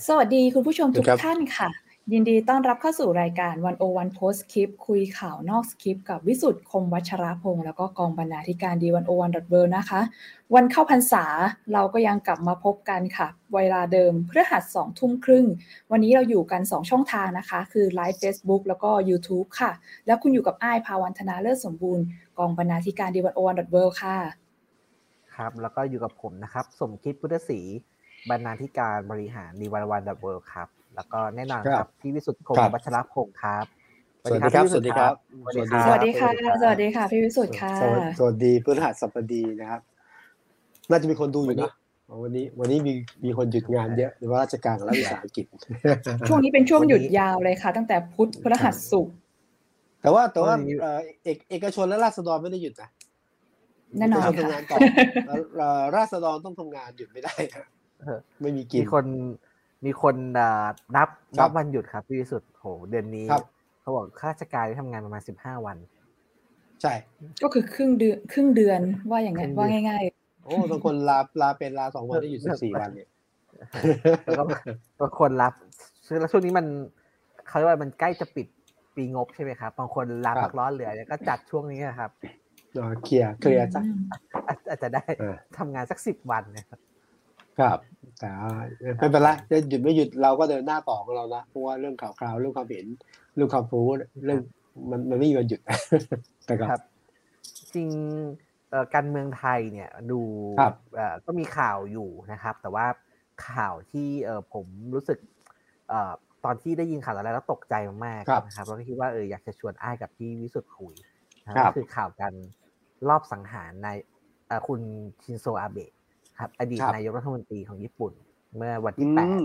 สวัสดีคุณผู้ชมทุกครับท่านค่ะยินดีต้อนรับเข้าสู่รายการ101 Post Script คุยข่าวนอกสคริปต์กับวิสุทธ์คมวัชรพงษ์แล้วก็กองบรรณาธิการ D101.world นะคะวันเข้าพรรษาเราก็ยังกลับมาพบกันค่ะเวลาเดิมพฤหัส 20:30 น.วันนี้เราอยู่กัน2ช่องทางนะคะคือไลฟ์ Facebook แล้วก็ YouTube ค่ะแล้วคุณอยู่กับอ้ายภาวันธนาเลิศสมบูรณ์กองบรรณาธิการ D101.world ค่ะครับแล้วก็อยู่กับผมนะครับสมคิดพุทธศรีบรรณาธิการบริหาร D101.world ครับแล้วก็แน่นอนครับพี่วิสุทธิ์คมวัชรพงษ์ครับสวัสดีครับสวัสดีครับสวัสดีค่ะสวัสดีค่ะพี่วิสุทธิ์ค่ะสวัสดีพฤหัสบดีนะครับน่าจะมีคนดูอยู่นะวันนี้มีคนหยุดงานเยอะหรือว่าราชการและวิสาหกิจช่วงนี้เป็นช่วงหยุดยาวเลยค่ะตั้งแต่พุธพฤหัสศุกร์แต่ว่าเอกชนและราษฎรไม่ได้หยุดนะแน่นอนค่ะทำงานต่อราษฎรต้องทำงานหยุดไม่ได้ไม่มีกินมีคนนับวันหยุดครับพี่วิสุทธิ์โหเดือนนี้เขาบอกข้าราชการที่ทำงานประมาณ15 วันใช่ก็คือครึ่งเดือนว่าอย่างงั้นว่าง่ายๆโอ้บางคนลาเป็นลา2 วันได้หยุด14 วันเนี่ยแล้วก็บางคนรับแล้วช่วงนี้มันเขาเรียกว่ามันใกล้จะปิดปีงบใช่ไหมครับบางคนลาพักร้อนเหลือก็จัดช่วงนี้ครับเคลียร์จ้ะอาจจะได้ทำงานสัก10 วันนะครับครับแต่ไม่เป็นไรจะหยุดไม่หยุดเราก็เดินหน้าต่อของเรานะเพราะว่าเรื่องข่าวเรื่องความเห็นเรื่องความรู้เรื่องมันไม่มีวันหยุดแต่ครับจริงการเมืองไทยเนี่ยดูก็มีข่าวอยู่นะครับแต่ว่าข่าวที่ผมรู้สึกตอนที่ได้ยินข่าวแล้วตกใจมากๆนะครับแล้วก็คิดว่าอยากจะชวนอ้ายกับพี่วิสุทธิ์คุยก็คือข่าวการลอบสังหารนายคุณชินโซอาเบะครับอดีตนายกรัฐมนตรีของญี่ปุ่นเมื่อวันที่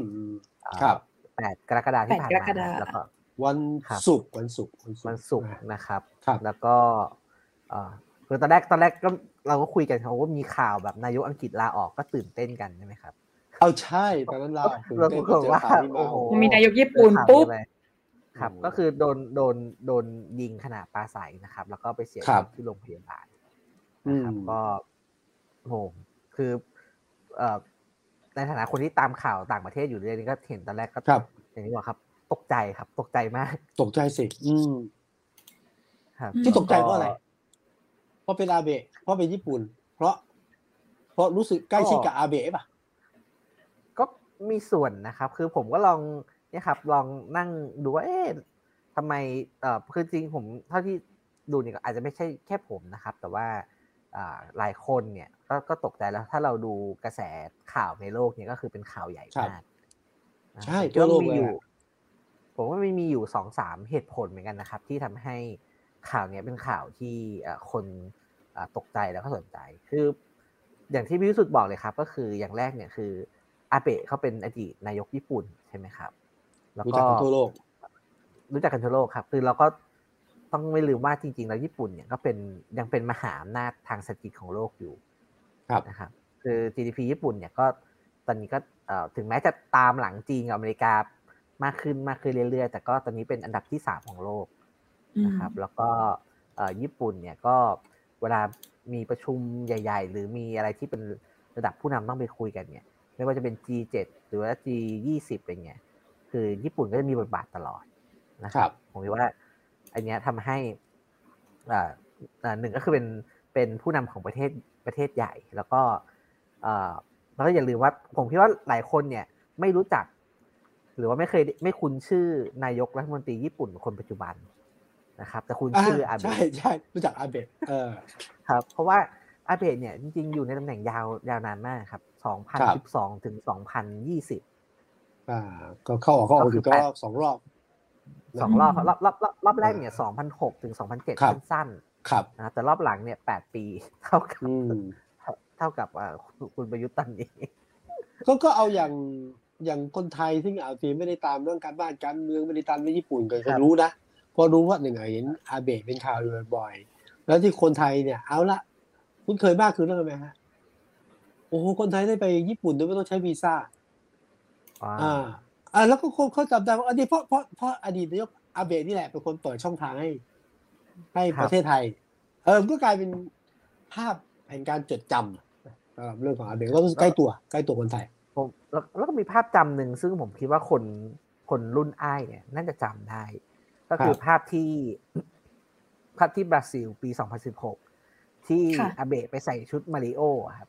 8 กรกฎาคมที่ผ่านมาแล้วก็วันศุกร์นะครับแล้วก็คือตอนแรกก็เราก็คุยกันเขาว่ามีข่าวแบบนายกอังกฤษลาออกก็ตื่นเต้นกันใช่ไหมครับเอาใช่ตอนนั้นเราตื่นเต้นเจอข่าวนี้มามีนายกญี่ปุ่นปุ๊บครับก็คือโดนยิงขณะปราศัยนะครับแล้วก็ไปเสียชีวิตที่โรงพยาบาลนะครับก็โหคือในฐานะคนที่ตามข่าวต่างประเทศอยู่เรื่อยนี่ก็เห็นตอนแรกก็อย่างนี้ว่าครับตกใจครับตกใจมากตกใจสิครับที่ตกใจเพราะอะไรเพราะเป็นอาเบะเพราะเป็นญี่ปุ่นเพราะรู้สึกใกล้ชิดกับอาเบะป่ะก็มีส่วนนะครับคือผมก็ลองเนี่ยครับลองนั่งดูว่าทำไมคือจริงผมเท่าที่ดูนี่ก็อาจจะไม่ใช่แค่ผมนะครับแต่ว่าหลายคนเนี่ยก็ตกใจแล้วถ้าเราดูกระแสข่าวในโลกเนี่ยก็คือเป็นข่าวใหญ่มากใช่ทั่วโลกเลยผมว่ามีอยู่ 2-3 เหตุผลเหมือนกันนะครับที่ทำให้ข่าวนี้เป็นข่าวที่คนตกใจแล้วก็สนใจคืออย่างที่พี่วิสุทธิ์บอกเลยครับก็คืออย่างแรกเนี่ยคืออาเบะเขาเป็นอดีตนายกญี่ปุ่นใช่ไหมครับแล้วก็รู้จักกันทั่วโลกครับคือเราก็ต้องไม่ลืมว่าจริงๆแล้วญี่ปุ่นเนี่ยก็ยังเป็นมหาอำนาจทางเศรษฐกิจของโลกอยู่นะครับคือ GDP ญี่ปุ่นเนี่ยก็ตอนนี้ก็ถึงแม้จะตามหลังจีนกับอเมริกามากขึ้นเรื่อยๆแต่ก็ตอนนี้เป็นอันดับที่3ของโลกนะครับแล้วก็ญี่ปุ่นเนี่ยก็เวลามีประชุมใหญ่ๆหรือมีอะไรที่เป็นระดับผู้นำต้องไปคุยกันเนี่ยไม่ว่าจะเป็น G7 หรือว่า G20 อะไรเงี้ยคือญี่ปุ่นก็จะมีบทบาทตลอดนะครับผมคิดว่าอันนี้ทำให้หนึ่งก็คือเป็นผู้นำของประเทศใหญ่แล้วก็อย่าลืมว่าผมคิดว่าหลายคนเนี่ยไม่รู้จักหรือว่าไม่คุ้นชื่อนายกรัฐมนตรีญี่ปุ่นคนปัจจุบันนะครับแต่คุ้นชื่ออาเบะใช่รู้จักอาเบะครับเพราะว่าอาเบะเนี่ยจริงๆอยู่ในตำแหน่งยาวนานมากครับ2012 ถึง 2020 ก็เข้าออกอยู่ก็2 รอบรอบแรกเนี่ย2006 ถึง 2007สั้นๆนะแต่รอบหลังเนี่ย8 ปีเท่ากับคุณประยุทธ์ตอนนี้ก็เอาอย่างคนไทยที่อาจจะไม่ได้ตามเรื่องการบ้านการเมืองไม่ได้ตามในญี่ปุ่นก็รู้นะพอรู้ว่าหนึ่งเห็นอาเบะเป็นข่าวอยู่บ่อยๆแล้วที่คนไทยเนี่ยเอาละคุ้นเคยมากคือเรื่องอะไรฮะโอ้โหคนไทยได้ไปญี่ปุ่นโดยไม่ต้องใช้วีซ่าแล้วก็เขาจำได้ว่าอันนี้เพราะอดีตนายกอาเบะนี่แหละเป็นคนเปิดช่องทางให้ประเทศไทยก็กลายเป็นภาพแห่งการจดจำเรื่องของอาเบะก็ใกล้ตัวคนไทยผมแล้วก็มีภาพจำหนึ่งซึ่งผมคิดว่าคนรุ่นอ้ายเนี่ยน่าจะจำได้ก็คือภาพที่บราซิลปี2016ที่อาเบะไปใส่ชุดมาริโอครับ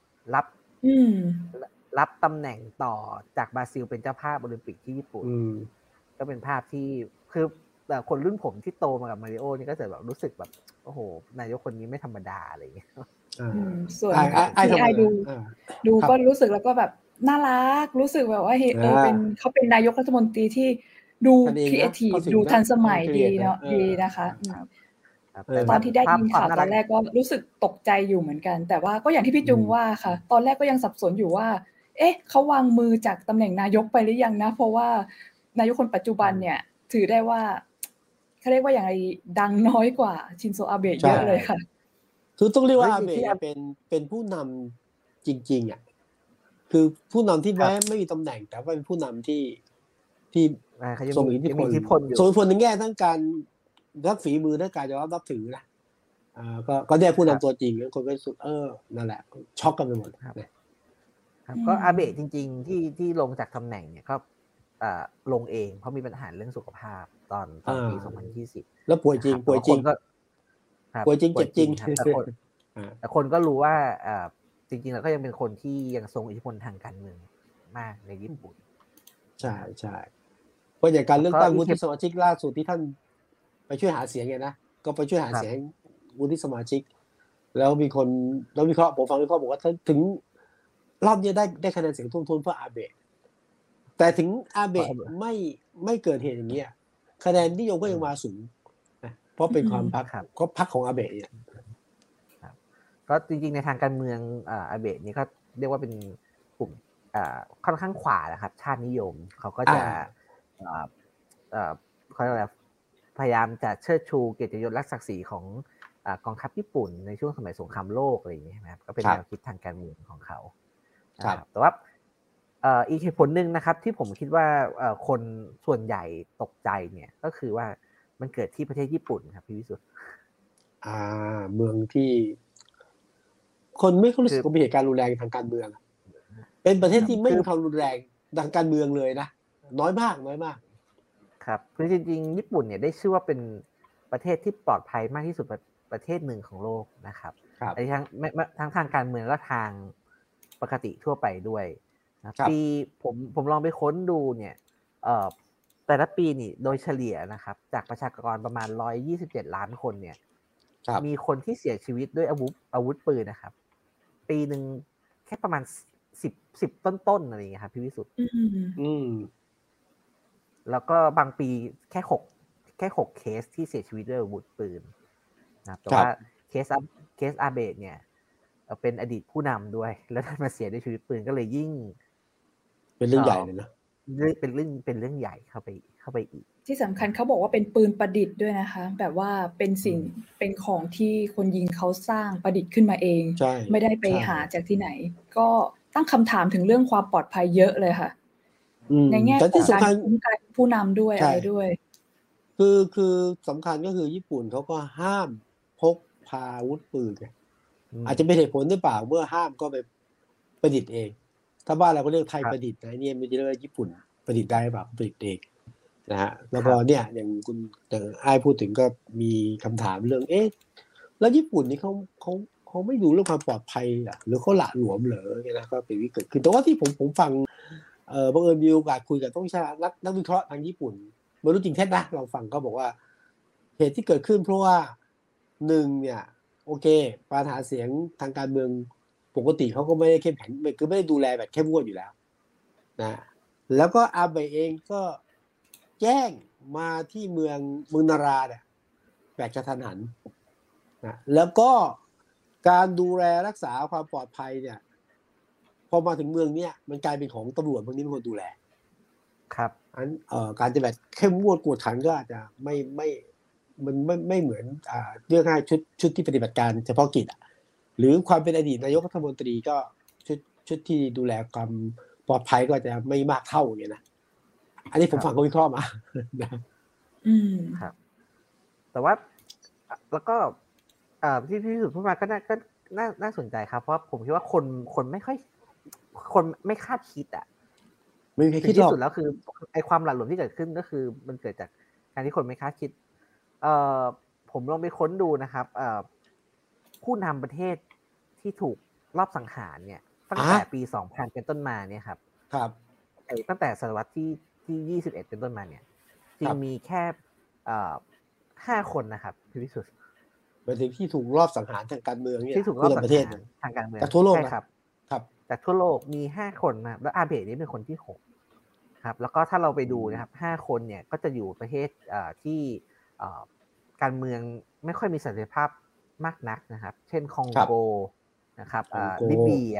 รับตำแหน่งต่อจากบราซิลเป็นเจ้าภาพโอลิมปิกที่ญี่ปุ่นก็เป็นภาพที่คือแต่คนรุ่นผมที่โตมากับมาริโอนี่ก็จะแบบรู้สึกแบบโอ้โหนายกคนนี้ไม่ธรรมดาอะไรอย่างเงี้ยส่วนที่ไอดูก็รู้สึกแล้วก็แบบน่ารักรู้สึกแบบว่าเขาเป็นนายกรัฐมนตรีที่ดูครีเอทีฟดูทันสมัยดีเนาะดีนะคะตอนที่ได้ยินข่าวตอนแรกก็รู้สึกตกใจอยู่เหมือนกันแต่ว่าก็อย่างที่พี่จุงว่าค่ะตอนแรกก็ยังสับสนอยู่ว่าเอ๊ะเขาวางมือจากตำแหน่งนายกไปหรือยังนะเพราะว่านายกคนปัจจุบันเนี่ยถือได้ว่าเขาเรียกว่าอย่างไรดังน้อยกว่าชินโซอาเบะเยอะเลยค่ะคือต้องเรียกว่าอาเบะเป็นผู้นำจริงๆอ่ะคือผู้นำที่แม้ไม่มีตำแหน่งแต่ว่าเป็นผู้นำที่ทรงอิทธิพลทรงอิทธิพลในแง่ทั้งการรักฝีมือและการยอมรับถือนะก็ได้ผู้นำตัวจริงแล้วคนก็รู้สึกนั่นแหละช็อกกันไปหมดครับก็อาเบะจริงๆที่ลงจากตำแหน่งเนี่ยก็ลงเองเพราะมีปัญหาเรื่องสุขภาพตอนปี2020 แล้วป่วยจริงป่วยจริงเจ็บจริงแต่คนก็รู้ว่าจริงๆแล้วก็ยังเป็นคนที่ยังทรงอิทธิพลทางการเมืองมากในญี่ปุ่นใช่เพราะอย่างการเลือกตั้งวุฒิสมาชิกล่าสุดที่ท่านไปช่วยหาเสียงไงนะก็ไปช่วยหาเสียงวุฒิสมาชิกแล้วมีคนแล้ววิเคราะห์ผมฟังวิเคราะห์บอกว่าถึงรอบนี้ได้คะแนนเสียงท่วมท้นเพื่ออาเบะแต่ถึงอาเบะไม่เกิดเหตุอย่างนี้คะแนนนิยมก็ยังมาสูงนะเพราะเป็นความพรรคของอาเบะเนี่ยก็จริงๆในทางการเมืองอาเบะนี่ก็เรียกว่าเป็นกลุ่มค่อนข้างขวานะครับชาตินิยมเขาก็จะเขาเรียกอะไรพยายามจะเชิดชูเกียรติยศและศักดิ์ศรีของกองทัพญี่ปุ่นในช่วงสมัยสงครามโลกอะไรอย่างเงี้ยนะครับก็เป็นแนวคิดทางการเมืองของเขาแต่ว่าอีกเหตุผลหนึ่งนะครับที่ผมคิดว่าคนส่วนใหญ่ตกใจเนี่ยก็คือว่ามันเกิดที่ประเทศญี่ปุ่นครับพี่วิสุทธิ์เมืองที่คนไม่รู้สึกว่ามีเหตุการณ์รุนแรงทางการเมืองเป็นประเทศที่ไม่มีความรุนแรงทางการเมืองเลยนะน้อยมากครับคือจริงๆญี่ปุ่นเนี่ยได้ชื่อว่าเป็นประเทศที่ปลอดภัยมากที่สุดประเทศหนึ่งของโลกนะครับทั้งทางการเมืองและทางปกติทั่วไปด้วยปีผมลองไปค้นดูเนี่ยแต่ละปีนี่โดยเฉลี่ยนะครับจากประชากรประมาณ127ล้านคนเนี่ยมีคนที่เสียชีวิตด้วยอาวุธปืนนะครับปีนึงแค่ประมาณ10ต้นๆอะไรอย่างเงี้ยครับพี่วิสุทธิ์แล้วก็บางปีแค่6เคสที่เสียชีวิตด้วยอาวุธปืนนะครับแต่ว่าเคสอาเบะเนี่ยเป็นอดีตผู้นำด้วยแล้วท่านมาเสียด้วยชีวิตปืนก็เลยยิ่งเป็นเรื่องใหญ่เลยนะเป็นเรื่องใหญ่เข้าไปอีกที่สำคัญเขาบอกว่าเป็นปืนประดิษฐ์ด้วยนะคะแบบว่าเป็นของที่คนยิงเขาสร้างประดิษฐ์ขึ้นมาเองไม่ได้ไปหาจากที่ไหนก็ตั้งคำถามถึงเรื่องความปลอดภัยเยอะเลยค่ะในแง่ของการคุ้มกันผู้นำด้วยอะไรด้วยคือสำคัญก็คือญี่ปุ่นเขาก็ห้ามพกพาอาวุธปืนไงอาจจะเป็นเหตุผลหรือเปล่าเมื่อห้ามก็ไปประดิษฐ์เองถ้าบ้านเราก็เรียกไทยประดิษฐ์นะเนี่ยไม่ใช่เรียกญี่ปุ่นประดิษฐ์ได้แบบประดิษฐ์เองนะฮะแล้วก็เนี่ยอย่างคุณอ้ายพูดถึงก็มีคำถามเรื่องแล้วญี่ปุ่นนี่เขาไม่ดูเรื่องความปลอดภัยหรือเขาหละหลวมเหรอเนี่ยนะก็เป็นวิกฤตคือแต่ว่าที่ผมฟังบังเอิญมีโอกาสคุยกับต้องใช้นักวิเคราะห์ทางญี่ปุ่นไม่รู้จริงเท็จนะเราฟังเขาบอกว่าเหตุที่เกิดขึ้นเพราะว่า1เนี่ยโอเคปัญหาเสียงทางการเมืองปกติเขาก็ไม่ได้เข้มแข็งคือไม่ได้ดูแลแบบเข้มงวดอยู่แล้วนะแล้วก็อาเบะเองก็แจ้งมาที่เมืองนาราเนี่ยแบบกระทันหันนะแล้วก็การดูแลรักษาความปลอดภัยเนี่ยพอมาถึงเมืองเนี้ยมันกลายเป็นของตำรวจพวกนี้เป็นคนดูแลครับการจะแบบเข้มงวดกวดขันก็อาจจะไม่เหมือนเรื่องง่ายชุดที่ปฏิบัติการเฉพาะกิจหรือความเป็นอดีตนายกรัฐมนตรีก็ชุดที่ดูแลความปลอดภัยก็จะไม่มากเท่าอย่างนี้นะอันนี้ผมฟังเขาวิเคราะห์มาครับแต่ว่าแล้วก็ที่พี่สุดพูดมาก็น่าสนใจครับเพราะผมคิดว่าคนไม่คาดคิดไม่มีใครคิดหรที่อกสุดแล้วคือไอ้ความหละหลวมที่เกิดขึ้นก็คือมันเกิดจากการที่คนไม่คาดคิดผมลองไปค้นดูนะครับผู้นำประเทศที่ถูกลอบสังหารเนี่ยตั้งแต่ปี 2000 เป็นต้นมาเนี่ยครับตั้งแต่ศตวรรษที่21เป็นต้นมาเนี่ยจริงมีแค่5 คนนะครับพี่สุดหมายถึงที่ถูกลอบสังหารทางการเมืองเนี่ยที่ถูกลอบสังหารทางการเมืองจากทั่วโลกใช่ครับจากทั่วโลกมี5 คนนะครับแล้วอาเบะนี่เป็นคนที่6ครับแล้วก็ถ้าเราไปดูนะครับ5 คนเนี่ยก็จะอยู่ประเทศที่การเมืองไม่ค่อยมีเสถียรภาพมากนักนะครับเช่นคองโกนะครับลิเบีย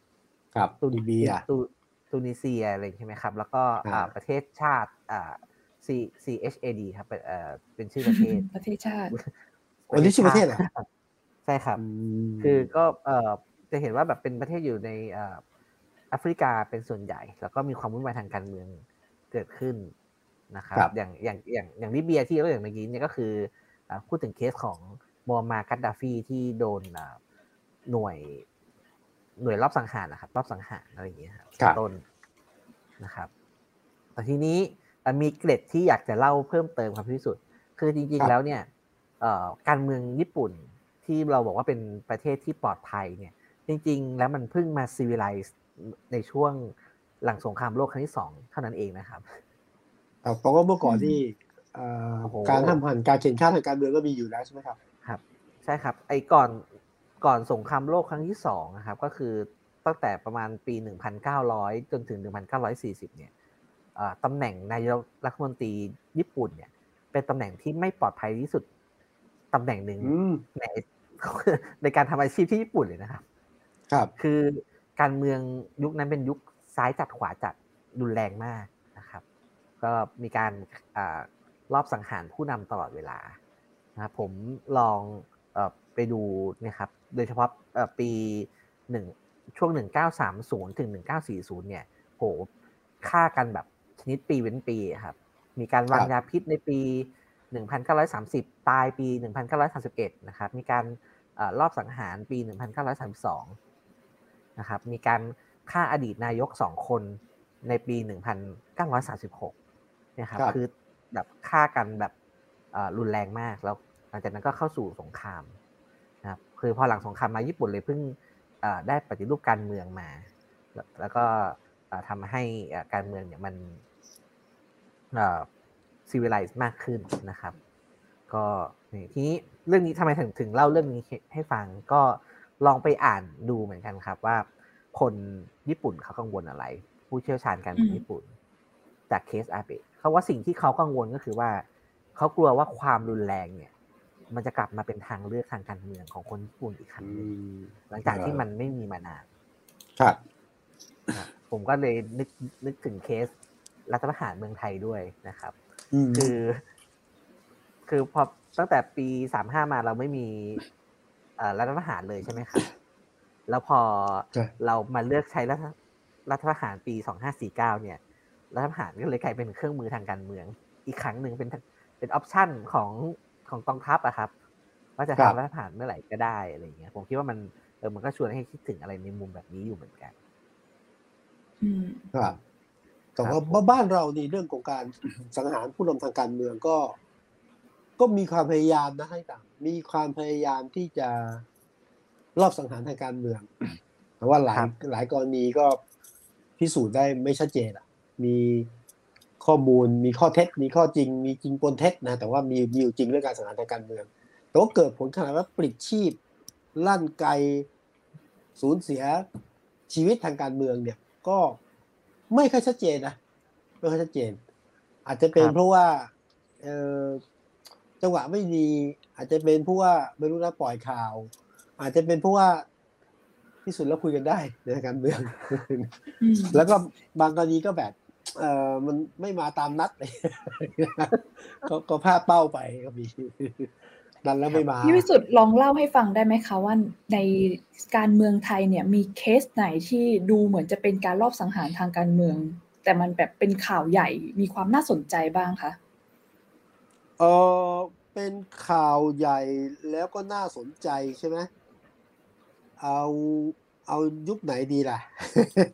ตูนิเซียอะไรใช่ไหมครับแล้วก็ประเทศชาติCHAD ครับเป็นชื่อประเทศประเทศชาติวันนี้ชื่อประเทศเหรอใช่ครับคือก็จะเห็นว่าแบบเป็นประเทศอยู่ในแอฟริกาเป็นส่วนใหญ่แล้วก็มีความวุ่นวายทางการเมืองเกิดขึ้นนะครับอย่างลิเบียที่เราอย่างเมื่อกี้เนี่ยก็คือพูดถึงเคสของมูฮัมหมัด กัดดาฟีที่โดนหน่วยรอบสังหารนะครับรอบสังหารอะไรอย่างเงี้ยครับต้นนะครับแต่ทีนี้มีเกร็ดที่อยากจะเล่าเพิ่มเติมครับที่สุดคือจริงๆแล้วเนี่ยการเมืองญี่ปุ่นที่เราบอกว่าเป็นประเทศที่ปลอดภัยเนี่ยจริงๆแล้วมันเพิ่งมาซีวิไลซ์ในช่วงหลังสงครามโลกครั้งที่2เท่านั้นเองนะครับเพราะว่าเมื่อก่อนที่การห้ามหันการเข็นฆ่าทางการเมืองก็มีอยู่แล้วใช่ไหมครับครับใช่ครับไอ้ก่อนสงครามโลกครั้งที่2นะครับก็คือตั้งแต่ประมาณปี1900จนถึง1940เนี่ยตำแหน่งนายกรัฐมนตรีญี่ปุ่นเนี่ยเป็นตำแหน่งที่ไม่ปลอดภัยที่สุดตำแหน่งหนึ่งในการทำอาชีพที่ญี่ปุ่นเลยนะครับคือการเมืองยุคนั้นเป็นยุคซ้ายจัดขวาจัดรุนแรงมากนะครับก็มีการรอบสังหารผู้นำตลอดเวลานะครับผมลองไปดูนะครับโดยเฉพาะปีช่วง1930ถึง1940เนี่ยโหฆ่ากันแบบชนิดปีเว้นปีครับมีการวางยาพิษในปี1930ตายปี1931นะครับมีการรอบสังหารปี1932นะครับมีการฆ่าอดีตนายก2 คนในปี1936นะครับคือแบบฆ่ากันแบบรุนแรงมากแล้วหลังจากนั้นก็เข้าสู่สงครามนะครับคือพอหลังสงครามมาญี่ปุ่นเลยเพิ่งได้ปฏิรูปการเมืองมาแล้วก็ทำให้การเมืองเนี่ยมันซีวิไลซ์มากขึ้นนะครับก็ทีนี้เรื่องนี้ทำไมถึงเล่าเรื่องนี้ให้ฟังก็ลองไปอ่านดูเหมือนกันครับว่าคนญี่ปุ่นเขากังวลอะไรผู้เชี่ยวชาญการเมืองญี่ปุ่นจากเคสอาเบะเขาว่าสิ่งที่เขากังวลก็คือว่าเขากลัวว่าความรุนแรงเนี่ยมันจะกลับมาเป็นทางเลือกทางการเมืองของคนญี่ปุ่นอีกครั้งนึงหลังจากที่มันไม่มีมานานครับผมก็เลยนึกถึงเคสรัฐประหารเมืองไทยด้วยนะครับคือพอตั้งแต่ปี35มาเราไม่มีรัฐประหารเลยใช่ไหมครับแล้วพอเรามาเลือกใช้รัฐประหารปี2549เนี่ยรัฐประหารก็เลยกลายเป็นเครื่องมือทางการเมืองอีกครั้งหนึ่งเป็นออปชั่นของกองทัพอะครับว่าจะทำรัฐประหารเมื่อไหร่ก็ได้อะไรอย่างเงี้ยผมคิดว่ามันก็ชวนให้คิดถึงอะไรในมุมแบบนี้อยู่เหมือนกันครับแต่ว่าบ้านเรานี่เรื่องของการสังหารผู้นำทางการเมืองก็มีความพยายามนะให้ต่างมีความพยายามที่จะรอบสังหารทางการเมืองแต่ว่าหลายกรณีก็พิสูจน์ได้ไม่ชัดเจนอ่ะมีข้อมูลมีข้อเท็จมีข้อจริงมีจริงปนเท็จนะแต่ว่ามีอยู่จริงเรื่องการสังหารทางการเมืองแต่ว่าเกิดผลขนาดว่าปลิดชีพลั่นไกสูญเสียชีวิตทางการเมืองเนี่ยก็ไม่ค่อยชัดเจนนะไม่ค่อยชัดเจนอาจจะเป็นเพราะว่าจังหวะไม่ดีอาจจะเป็นเพราะว่าไม่รู้นะปล่อยข่าวอาจจะเป็นเพราะว่าที่สุดแล้วคุยกันได้ในการเมืองแล้วก็บางกรณีก็แบบมันไม่มาตามนัดเลยก็พลาดเป้าไปก็มีดันแล้วไม่มาพี่วิสุทธิ์ลองเล่าให้ฟังได้ไหมคะว่าในการเมืองไทยเนี่ยมีเคสไหนที่ดูเหมือนจะเป็นการลอบสังหารทางการเมืองแต่มันแบบเป็นข่าวใหญ่มีความน่าสนใจบ้างคะเป็นข่าวใหญ่แล้วก็น่าสนใจใช่ไหมเอายุคไหนดีล่ะ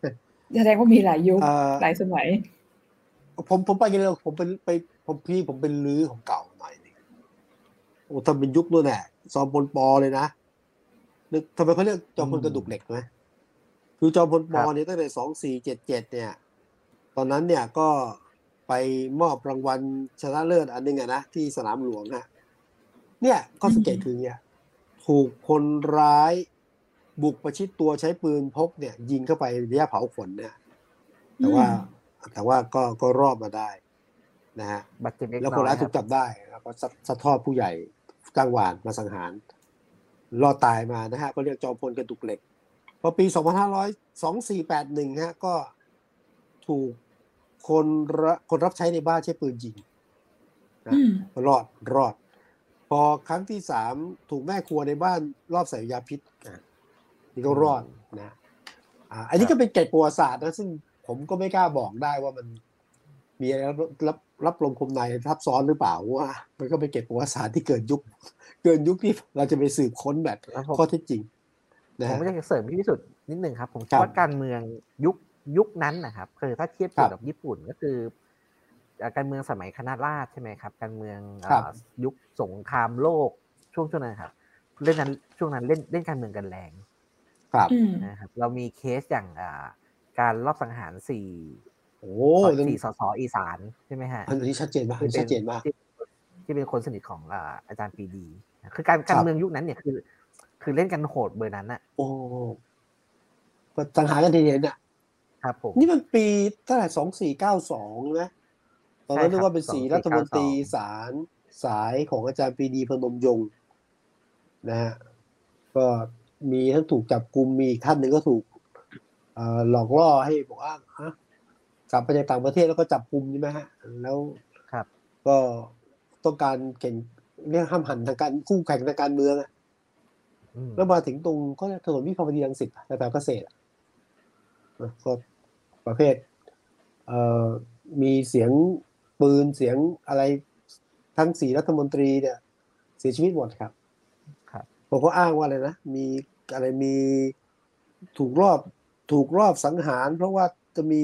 แสดงว่ามีหลายยุคหลายสมัยผมไปกันเลยผมเป็นลื้อของเก่าหน่อยนึงโอ้ถ้าเป็นยุคนู้นแหละจอมพลป.เลยนะนึกทำไมเขาเรียกจอมพลกระดูกเหล็กไหมคือจอมพลป.เนี่ยตั้งแต่2477เนี่ยตอนนั้นเนี่ยก็ไปมอบรางวัลชนะเลิศอันนึงนะที่สนามหลวงฮะเนี่ยก็สังเกตคือเนี่ยถูกคนร้ายบุกประชิดตัวใช้ปืนพกเนี่ยยิงเข้าไประยะเผาขนเนี่ยแต่ว่าก็รอดมาได้นะฮะแล้วคนร้ายถูกจับได้แล้วก็สะทอดผู้ใหญ่จ้างหวานมาสังหารรอดตายมานะฮะก็เรียกจอมพลกระดูกเหล็กพอปี2481ฮะก็ถูกคนรับใช้ในบ้านใช้ปืนยิงนะรอดพอครั้งที่3ถูกแม่ครัวในบ้านรอบใส่ยาพิษนี่ก็รอดนะอันนี้ก็เป็นเกร็ดประวัติศาสตร์นะซึ่งผมก็ไม่กล้าบอกได้ว่ามันมีอะไรรับลมคมในซับซ้อนหรือเปล่าว่ามันก็เป็นเกร็ดประวัติศาสตร์ที่เกินยุคที่เราจะไปสืบค้นแบบข้อเท็จจริงผมอยากจะเสริมพี่พิสุทธิ์นิดนึงครับผมคิดว่าการเมืองยุคนั้นนะครับคือถ้าเทียบกับญี่ปุ่นก็คือการเมืองสมัยคณะราษฎรใช่ไหมครับการเมืองยุคสงครามโลกช่วงนั้นครับช่วงนั้นเล่นการเมืองกันแรงนะครับเรามีเคสอย่างการลอบสังหาร4 สส.อีสานใช่ไหมฮะอันนี้ชัดเจนมากที่เป็นคนสนิทของอาจารย์ปรีดีคือการเมืองยุคนั้นเนี่ยคือเล่นกันโหดเบอร์นั้นน่ะโอ้สังหารกันทีเดียวเนี่ยครับผมนี่มันปีเท่าไหร่2492นะตอนนั้นนึกว่าเป็น4รัฐมนตรีสายของอาจารย์ปรีดีพนมยงค์นะฮะก็มีทั้งถูกจับกุมมีอีกท่านหนึ่งก็ถูกหลอกล่อให้บอกว่ากลับไปจากต่างประเทศแล้วก็จับกุมใช่ไหมฮะแล้วก็ต้องการเก่งเรื่องห้ามหันทางการคู่แข่งทางการเมืองแล้วมาถึงตรงก็ถนนวิภาวดีรังสิตแถวเกษตรก็ประเภทมีเสียงปืนเสียงอะไรทั้ง4รัฐมนตรีเนี่ยเสียชีวิตหมดครับผมก็อ้างว่าอะไรนะมีอะไรมีถูกรอบสังหารเพราะว่าจะมี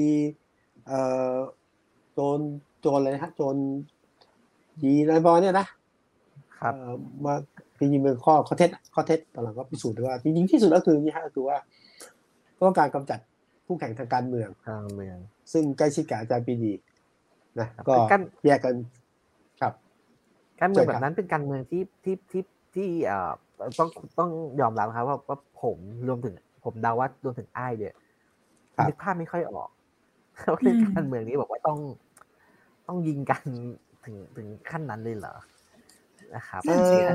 โจรอะไรนะโจรยีอะไรประมาณนี้นะครับมาจริงๆเป็นข้อเท็จตอนหลังก็พิสูจน์ได้ว่าจริงๆที่สุดแล้วคือนี่ฮะคือว่าต้องการกำจัดคู่แข่งทางการเมืองซึ่งใกล้ชิดกับอาจารย์ปรีดีนะก็แยกกันครับการเมืองแบบนั้นเป็นการเมืองที่ต้องยอมรับครับว่าผมรวมถึงผมเดาว่ารวมถึงอ้ายเนี่ยนึกภาพไม่ค่อยออกว่าเป็นการเมืองนี้บอกว่าต้องยิงกันถึงขั้นนั้นเลยเหรอนะครับหรือกระ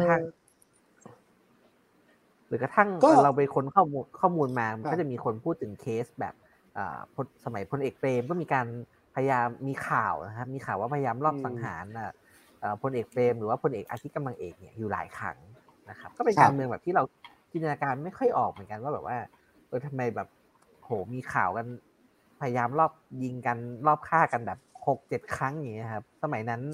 ทั่งเราไปค้นข้อมูลมาก็จะมีคนพูดถึงเคสแบบสมัยพลเอกเปรมก็มีการพยายามมีข่าวนะครับมีข่าวว่าพยายามลอบสังหารพลเอกเปรมหรือว่าพลเอกอาทิตย์กำลังเอกเนี่ยอยู่หลายครั้งนะครับก็เป็นการเมืองแบบที่เราจินตนาการไม่ค่อยออกเหมือนกันว่าแบบว่าทำไมแบบโหมีข่าวกันพยายามรอบยิงกันรอบฆ่ากันแบบ 6-7 ครั้งอย่างเงี้ยครับสมัยนั้น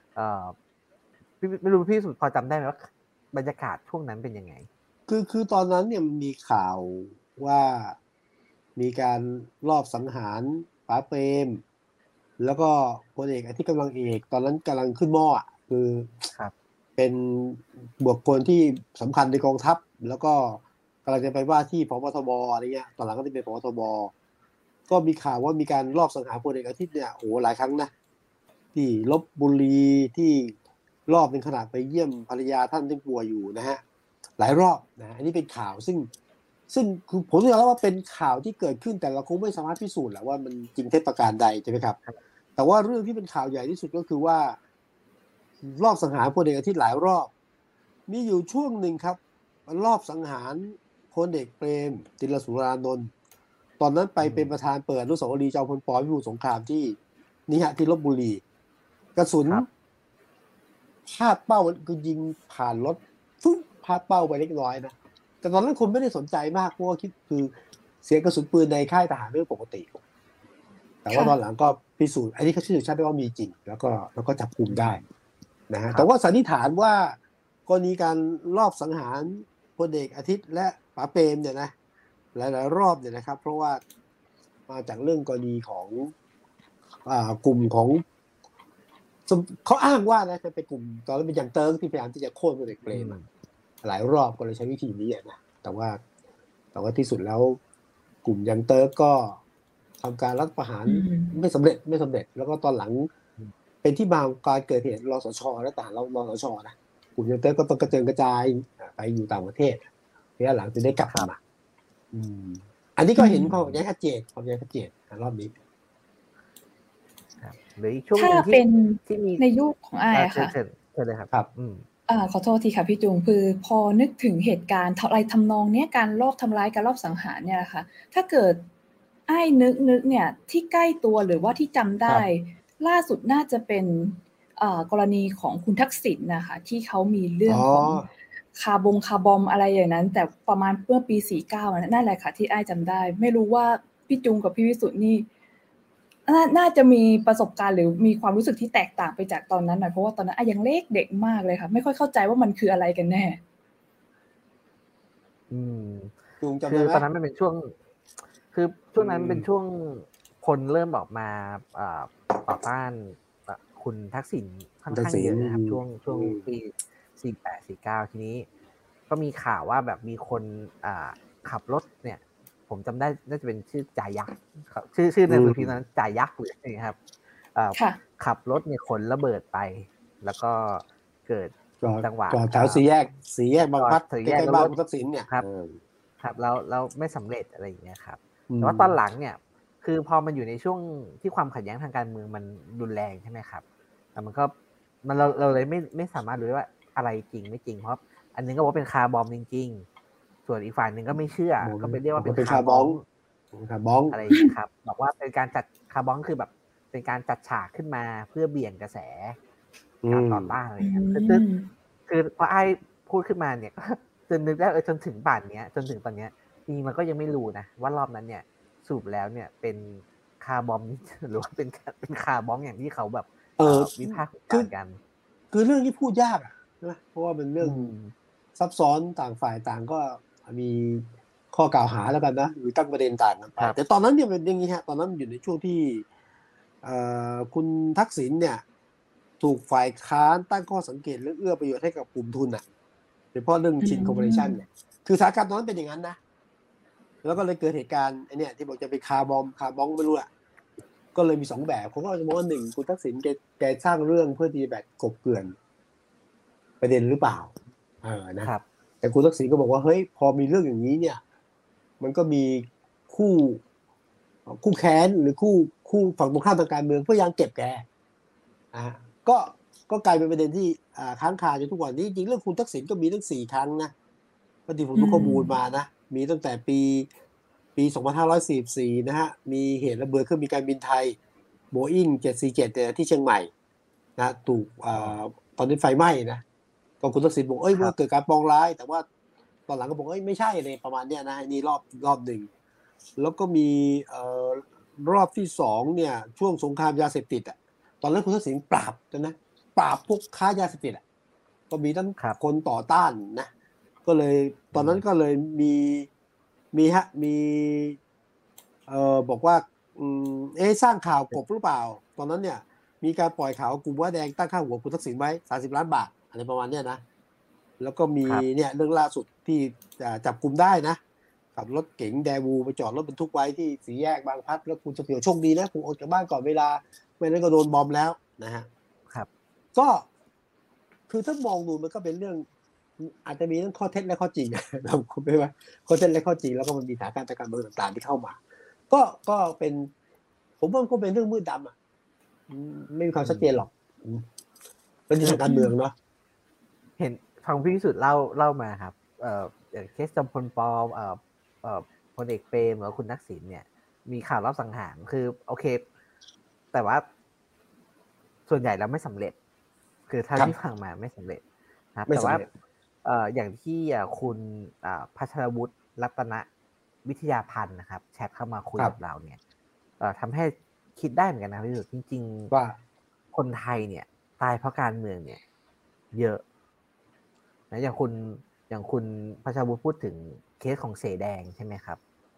ไม่รู้พี่สุดพอจำได้ไหมว่าบรรยากาศช่วงนั้นเป็นยังไงคือตอนนั้นเนี่ยมีข่าวว่ามีการลอบสังหารป๋าเปรมแล้วก็พลเอกอาทิตย์กำลังเอกตอนนั้นกำลังขึ้นหม้อคือเป็นบุคคลที่สำคัญในกองทัพแล้วก็กำลังจะไปว่าที่ผบ.ทบ.อะไรเงี้ยตอนหลังก็จะเป็นผบ.ทบ.ก็มีข่าวว่ามีการลอบสังหารพลเอกอาทิตย์เนี่ยโอ้หลายครั้งนะที่ลพบุรีที่รอบเป็นขนาดไปเยี่ยมภรรยาท่านที่ป่วยอยู่นะฮะหลายรอบนะอันนี้เป็นข่าวซึ่งคือผมต้องยอมรับว่าเป็นข่าวที่เกิดขึ้นแต่เราคงไม่สามารถพิสูจน์แหละว่ามันจริงเท็จประการใดใช่ไหมครับแต่ว่าเรื่องที่เป็นข่าวใหญ่ที่สุดก็คือว่ารอบสังหารพลเอกอาทิตย์หลายรอบมีอยู่ช่วงหนึ่งครับรอบสังหารพลเอกเปรมติลสุรานนท์ตอนนั้นไปเป็นประธานเปิดอนุสาวรีย์จอมพลป.พิบูลสงครามที่นี่ฮะที่ลพบุรีกระสุนพลาดเป้าก็ยิงผ่านรถฟุ้งพลาดเป้าไปเล็กน้อยนะแต่ตอนนั้นคนไม่ได้สนใจมากเพราะว่าคิดคือเสียงกระสุนปืนในค่ายทหารเรื่องปกติแต่ว่าตอนหลังก็พิสูจน์อันนี้เขาชื่อชัดได้ว่ามีจริงแล้วก็จับกุมได้นะฮะแต่ว่าสันนิษฐานว่ากรณีการลอบสังหารพลเอกอาทิตย์และป๋าเปรมเนี่ยนะหลายๆรอบเนี่ยนะครับเพราะว่ามาจากเรื่องกรณีของกลุ่มของเขาอ้างว่านะจะเป็นกลุ่มตอนนั้นเป็นยังเติร์กที่พยายามที่จะโค่นพลเอกเปรมหลายรอบก็เลยใช้วิธีนี้นะแต่ว่าที่สุดแล้วกลุ่มยังเติร์กก็ทำการรัฐประหารไม่สำเร็จแล้วก็ตอนหลังเป็นที่มาของการเกิดเหตุรสช.และทหารรสช.นะกลุ่มยังเติร์กก็ต้องกระเจิงกระจายไปอยู่ต่างประเทศระยะหลังจะได้กลับมาอันนี้ก็เห็นความแย้งชัดเจนรอบนี้หรืออีกช่วงนึงที่มีในยุคของอ้ายค่ะเชิญเลยครับขอโทษทีค่ะพี่จุงคือพอนึกถึงเหตุการณ์อะไรทำนองเนี้ยการลอบทำร้ายการลอบสังหารเนี่ยค่ะถ้าเกิดอ้ายนึกเนี่ยที่ใกล้ตัวหรือว่าที่จำได้ล่าสุดน่าจะเป็นกรณีของคุณทักษิณนะคะที่เขามีเรื่องของคาร์บอมอะไรอย่างนั้นแต่ประมาณเมื่อปี49นั่นแหละค่ะที่อ้ายจำได้ไม่รู้ว่าพี่จุงกับพี่วิสุทธิ์นี่น่าจะมีประสบการณ์หรือมีความรู้สึกที่แตกต่างไปจากตอนนั้นหน่อยเพราะว่าตอนนั้นยังเล็กเด็กมากเลยค่ะไม่ค่อยเข้าใจว่ามันคืออะไรกันแน่คือตอนนั้นมันเป็นช่วงคือช่วงนั้นเป็นช่วงคนเริ่มออกมาต่อต้านคุณทักษิณค่อนข้างเยอะนะครับช่วงปี48 49ทีนี้ก็มีข่าวว่าแบบมีคนขับรถเนี่ยผมจำได้น่าจะเป็นชื่อจ่ายักษ์ชื่อในสุดทีนั้นจ่ายักษ์เลยนะครับขับรถเนี่ยขนระเบิดไปแล้วก็เกิดจังหวะแถวสี่แยกบางพลัดใกล้ๆบ้านคุณทักษิณเนี่ยครับแล้วไม่สำเร็จอะไรอย่างเงี้ยครับแต่ว่าตอนหลังเนี่ยคือพอมันอยู่ในช่วงที่ความขัดแย้งทางการเมืองมันรุนแรงใช่ไหมครับแต่มันก็เราเลยไม่สามารถรู้ว่าอะไรจริงไม่จริงเพราะอันนึงก็บอกว่าเป็นคาร์บอมจริงๆส่วนอีกฝ่ายหนึ่งก็ไม่เชื่อก็ไปเรียกว่าเป็นคาร์บอมอะไรอย่างเงี้ยครับบอกว่าเป็นการจัดคาร์บอมคือแบบเป็นการจัดฉากขึ้นมาเพื่อเบี่ยงกระแสการต่อต้านอะไรอย่างเงี้ยคือพอไอ้พูดขึ้นมาเนี่ยก็จนนึกได้จนถึงป่านนี้จนถึงตอนเนี้ยจริงมันก็ยังไม่รู้นะว่ารอบนั้นเนี่ยสรุปแล้วเนี่ยเป็นคาร์บอมหรือว่าเป็นคาร์บอมอย่างที่เขาแบบวิพากษ์วิจารณ์กันคือเรื่องที่พูดยากนะเพราะว่าเป็นเรื่องซับซ้อนต่างฝ่ายต่างก็มีข้อกล่าวหาแล้วกันนะหรือตั้งประเด็นต่างกันไปแต่ตอนนั้นเนี่ยเป็นอย่างนี้ฮะตอนนั้นอยู่ในช่วงที่คุณทักษิณเนี่ยถูกฝ่ายค้านตั้งข้อสังเกตและเอื้อประโยชน์ให้กับกลุ่มทุนโดยเฉพาะเรื่องชินคอร์ปอเรชั่นเนี่ยคือสถานการณ์ตอนนั้นเป็นอย่างนั้นนะแล้วก็เลยเกิดเหตุการณ์ไอ้เนี่ยที่บอกจะเป็นคาร์บอมไม่รู้อะก็เลยมี2แบบผมก็จะมองว่า1คุณทักษิณแกสร้างเรื่องเพื่อที่แบบกบเกลื่อนประเด็นหรือเปล่านะครับแต่คุณทักษิณก็บอกว่าเฮ้ยพอมีเรื่องอย่างนี้เนี่ยมันก็มีคู่แค้นหรือคู่ฝั่งตรงข้ามทางการเมืองพยายามเก็บแกก็กลายเป็นประเด็นที่ค้างคาอยู่ทุกวันนี้จริงเรื่องคุณทักษิณก็มีตั้ง4 ครั้งนะพอดีผมดูข้อมูลมานะมีตั้งแต่ปี2544นะฮะมีเหตุระเบิดเครื่องบินการบินไทย Boeing 747ที่เชียงใหม่นะถูกตอนนี้ไฟไหม้นะก็คุณทักษิณบอกว่าเกิดการปองร้ายแต่ว่าตอนหลังก็บอกไม่ใช่เลยประมาณเนี้ยนะนี่รอบหนึ่งแล้วก็มีรอบที่2เนี่ยช่วงสงครามยาเสพติดตอนนั้นคุณทักษิณปราบพวกค้ายาเสพติดก็มีทั้งคนต่อต้านนะก็เลยตอนนั้นก็เลยมีบอกว่าสร้างข่าวกบหรือเปล่าตอนนั้นเนี่ยมีการปล่อยข่าวกลุ่มว่าแดงตั้งค่าหัวคุณทักษิณไว้30 ล้านบาทอะไรประมาณเนี้ยนะแล้วก็มีเนี่ยเรื่องล่าสุดที่จับกลุ่มได้นะขับรถเก๋งแดวูไปจอดรถบรรทุกไว้ที่สี่แยกบางพลัดแล้วคุณเฉลียวโชคดีนะคุณออกจากบ้านก่อนเวลาไม่นั้นก็โดนบอมแล้วนะฮะครับก็คือถ้ามองดูมันก็เป็นเรื่องอาจจะมีทั้งข้อเท็จและข้อจริงเราคุณไม่ว่าข้อเท็จและข้อจริงแล้วก็มันมีสถานการณ์การเมืองต่างๆที่เข้ามาก็เป็นผมว่าก็เป็นเรื่องมืดดำไม่มีความชัดเจนหรอกเป็นเรื่องการเมืองเนาะเห็นฟังพี่วิสุทธิ์เล่ามาครับอย่างเคสจอมพลป.พลเอกเปรมหรือคุณทักษิณเนี่ยมีข่าวรอบสังหารคือโอเคแต่ว่าส่วนใหญ่แล้วไม่สำเร็จคือเท่าที่ฟังมาไม่สำเร็จนะครับแต่ว่าอย่างที่คุณพัชรวุฒิรัตนวิทยาพันธ์นะครับแชทเข้ามาคุยกับเราเนี่ยทำให้คิดได้เหมือนกันนะพี่สุดจริงๆว่าคนไทยเนี่ยตายเพราะการเมืองเนี่ยเยอะนะอย่างคุณพัชรวุฒิพูดถึงเคสของเสแดงใช่ไหมครับ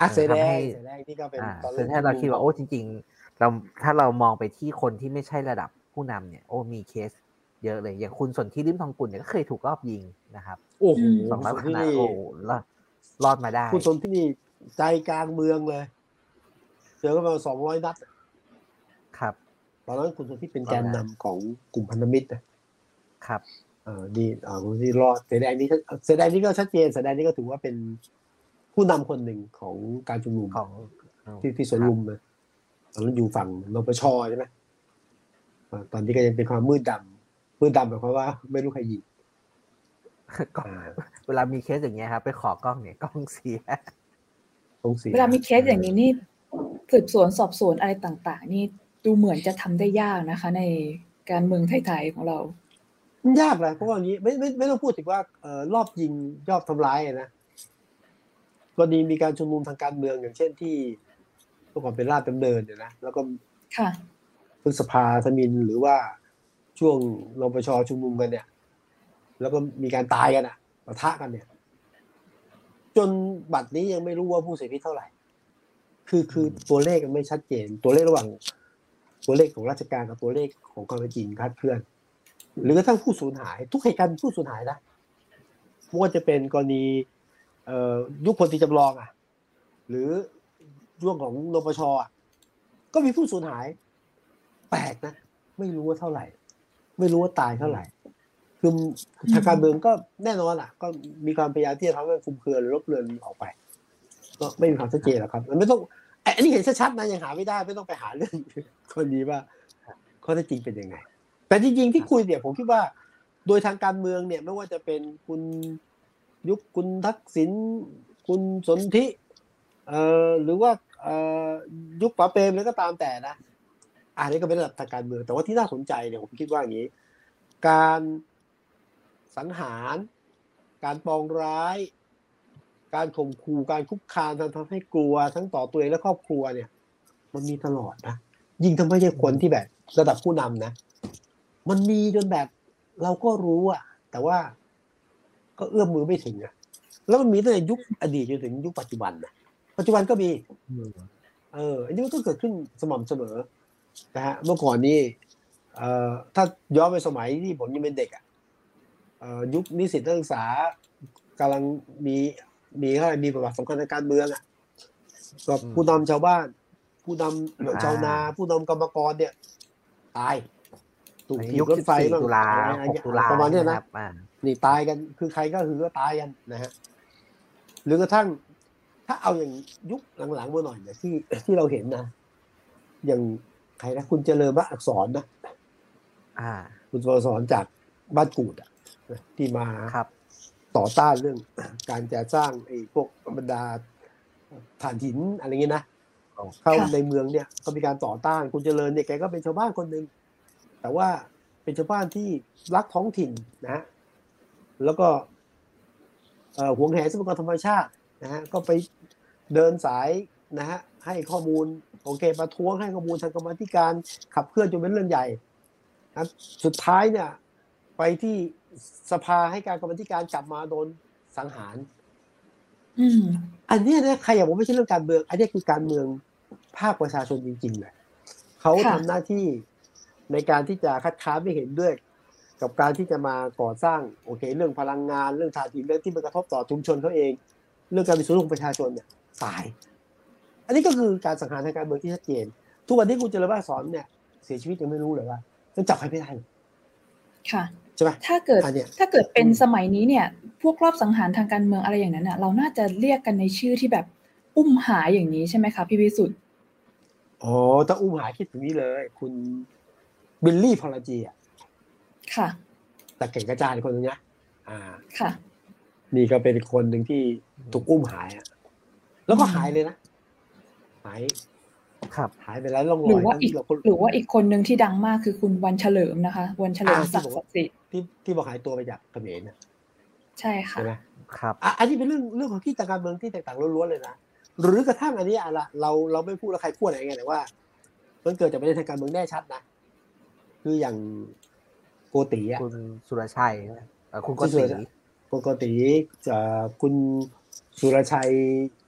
เสือแดทำให้งที่ก็เป็นตอนซึ่งถ้าเราคิดว่าโอ้จริงๆเราถ้าเรามองไปที่คนที่ไม่ใช่ระดับผู้นำเนี่ยโอ้มีเคสเยอะเลยอย่างคุณสนธิลิ้มทองกุลเนี่ยก็เคยถูกรอบยิงนะครับโอ้โห 200 ส่วนขที่นาดนี่โอ้รอดมาได้คุณสนที่นี่ใจกลางเมืองเลยเจอก็ประมาณ200 นัดครับตอนนั้นคุณสนที่เป็นแกนนำของกลุ่มพันธมิตรนะครับดีคุณที่รอดเสือแดงนี่ก็ชัดเจนเสือแดงนี่ก็ถือว่าเป็นผู้นำคนหนึ่งของการชุมนุมของที่สวนลุมเลยตอนนั้นอยู่ฝั่งนปชใช่ไหมตอนนี้ก็ยังเป็นความมืดดำหมายความว่าไม่รู้ใครยิงก็เวลามีเคสอย่างเงี้ยครับไปขอกล้องเนี่ยกล้องเสียเวลามีเคสอย่างนี้นี่สืบสวนสอบสวนอะไรต่างๆนี่ดูเหมือนจะทำได้ยากนะคะในการเมืองไทยๆของเรายากเลยเพราะว่าอย่างนี้ไม่ต้องพูดถึงว่ารอบยิงรอบทำร้ายนะกรณีมีการชุมนุมทางการเมืองอย่างเช่นที่เมื่อก่อนเป็นราชดำเนินเนี่ยนะแล้วก็พฤษภาธมิฬหรือว่าช่วงนปชชุมนุมกันเนี่ยแล้วก็มีการตายกันปะทะกันเนี่ยจนบัดนี้ยังไม่รู้ว่าผู้เสียชีวิตเท่าไหร่คือตัวเลขมันไม่ชัดเจนตัวเลขระหว่างตัวเลขของราชการกับตัวเลขของกองทัพจีนคลาดเคลื่อนหรือกระทั่งผู้สูญหายทุกเหตุการณ์ผู้สูญหายนะไม่ว่าจะเป็นกรณียุคพลตรีจำลองหรือช่วงของนปชก็มีผู้สูญหายแปลกนะไม่รู้ว่าเท่าไหร่ไม่รู้ว่าตายเท่าไหร่คือทางการเมืองก็แน่นอนก็มีความพยายามที่จะทำให้คุมเครือหรือลบเลือนออกไปก็ไม่มีความชัดเจนหรอกครับมันไม่ต้องอันนี้เห็นชัดๆนะยังหาไม่ได้ไม่ต้องไปหาเรื่องคนนี้ว่าข้อเท็จจริงเป็นยังไงแต่จริงๆที่คุยเนี่ยผมคิดว่าโดยทางการเมืองเนี่ยไม่ว่าจะเป็นคุณทักษิณคุณสนธิหรือว่ายุคป๋าเปรมแล้วก็ตามแต่นะอันนี้ก็เป็นระดับทางการเมืองแต่ว่าที่น่าสนใจเนี่ยผมคิดว่าอย่างนี้การสังหารการปองร้ายการข่มขู่การคุกคามทำให้กลัวทั้งต่อตัวเองและครอบครัวเนี่ยมันมีตลอดนะยิ่งถ้าไม่ใช่คนที่แบบระดับผู้นำนะมันมีจนแบบเราก็รู้แต่ว่าก็เอื้อมมือไม่ถึงแล้วมันมีตั้งแต่ยุคอดีตจนถึงยุคปัจจุบันนะปัจจุบันก็มีอันนี้มันก็เกิดขึ้นสม่ำเสมอนะฮะเมื่อก่อนนี้ถ้าย้อนไปสมัยที่ผมยังเป็นเด็กยุคนิสิตนักศึกษากำลังมีประวัติสำคัญทางการเมืองก็ผู้นำชาวบ้านผู้นำชาวนาผู้นำกรรมกรเนี่ยตายถูกถีบรถไฟบ้าง6 ตุลาประมาณนี้นะนี่ตายกันคือใครก็คือก็ตายกันนะฮะหรือกระทั่งถ้าเอาอย่างยุคหลังๆมาหน่อยเนี่ยที่เราเห็นนะอย่างใครนะคุณเจริญพระอักษรนะคุณเจริญอักษรจากบ้านกูดที่มาต่อต้านเรื่องการจะสร้างไอ้พวกบรรดาถ่านหินอะไรเงี้ยนะเข้าในเมืองเนี่ยก็มีการต่อต้านคุณเจริญเนี่ยแกก็เป็นชาวบ้านคนหนึ่งแต่ว่าเป็นชาวบ้านที่รักท้องถิ่นนะแล้วก็หวงแหนทรัพยากรธรรมชาตินะฮะก็ไปเดินสายนะฮะให้ข้อมูลโอเคประท้วงให้ข้อมูลทางกรรมาธิการขับเคลื่อนจนเป็นเรื่องใหญ่นะสุดท้ายเนี่ยไปที่สภาให้การกรรมาธิการกลับมาโดนสังหารอันนี้นะใครอยากบอกไม่ใช่เรื่องการเมืองอันนี้คือการเมืองภาคประชาชนจริงๆเลยเขาทำหน้าที่ในการที่จะคัดค้านไม่เห็นด้วยกับการที่จะมาก่อสร้างโอเคเรื่องพลังงานเรื่องถ่านหินเรื่องที่มันกระทบต่อชุมชนเขาเองเรื่องการมีส่วนร่วมของประชาชนเนี่ยตายอันนี้ก็คือการสังหารทางการเมืองที่ชัดเจนทุกวันที่คุณเจริญพระอักษรเนี่ยเสียชีวิตยังไม่รู้เลยว่ายังจับใครไม่ได้ค่ะใช่ไหมถ้าเกิดเป็นสมัยนี้เนี่ยพวกรอบสังหารทางการเมืองอะไรอย่างนั้นเราน่าจะเรียกกันในชื่อที่แบบอุ้มหายอย่างนี้ใช่ไหมคะพี่วิสุทธิ์อ๋อถ้าอุ้มหายคิดถึงนี้เลยคุณบิลลี่พอลจีค่ะแต่เก่งกระจายคนนึงนะค่ะนี่ก็เป็นคนหนึ่งที่ถูกอุ้มหายแล้วก็หายเลยนะหายไปแล้วล่องลอยหรือว่าอีกคนนึงที่ดังมากคือคุณวันเฉลิมนะคะวันเฉลิมศักดิ์สิทธิ์ที่บอกหายตัวไปจากเขมรใช่ค่ะใช่ไหมครับอันนี้เป็นเรื่องของที่ทางการเมืองที่แตกต่างล้วนๆเลยนะหรือกระทั่งอันนี้เราไม่พูดแล้วใครพูดอะไรไงแต่ว่ามันเกิดจากประเด็นทางการเมืองแน่ชัดนะคืออย่างโกติคุณสุรชัยคุณโกติคุณสุรชัย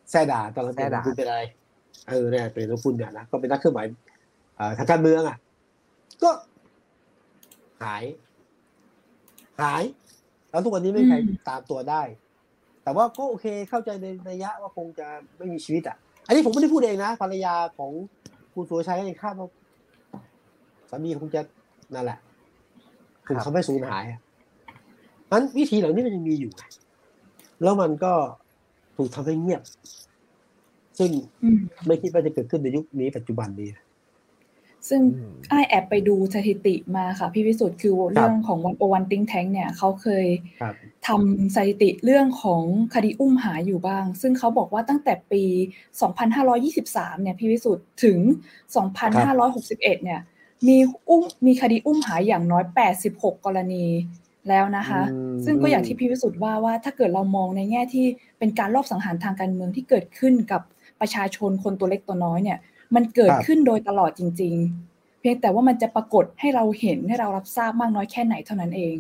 แซ่ด่าตอนนั้นเป็นคุณเป็นอะไรเนี่ยเป็นคุณเนี่ยนะก็เป็นนักเคลื่อนไหวทางการเมืองอ่ะก็หายแล้วทุกวันนี้ไม่มีใครตามตัวได้แต่ว่าก็โอเคเข้าใจในระยะว่าคงจะไม่มีชีวิตอ่ะอันนี้ผมไม่ได้พูดเองนะภรรยาของคุณสุรชัยก็ยังคาดว่าสามีคงจะนั่นแหละถูกทำให้สูญหายนั้นวิธีเหล่านี้มันยังมีอยู่แล้วมันก็ถูกทำให้เงียบซึ่งไม่คิดว่าจะเกิดขึ้นในยุคนี้ปัจจุบันนี้ซึ่งอ้ายแอบไปดูสถิติมาค่ะพี่วิสุทธ์คือเรื่องของ101 Think Tank เนี่ยเขาเคยทำสถิติเรื่องของคดีอุ้มหายอยู่บ้างซึ่งเขาบอกว่าตั้งแต่ปี 2523 เนี่ยพี่วิสุทธ์ถึง 2561 เนี่ยมีคดีอุ้มหายอย่างน้อย 86 กรณีแล้วนะคะซึ่งก็อย่างที่พี่วิสุทธ์ว่าถ้าเกิดเรามองในแง่ที่เป็นการลอบสังหารทางการเมืองที่เกิดขึ้นกับประชาชนคนตัวเล็กตัวน้อยเนี่ยมันเกิดขึ้นโดยตลอดจริงๆเพียงแต่ว่ามันจะปรากฏให้เราเห็นให้เรารับทราบมากน้อยแค่ไหนเท่านั้นเอง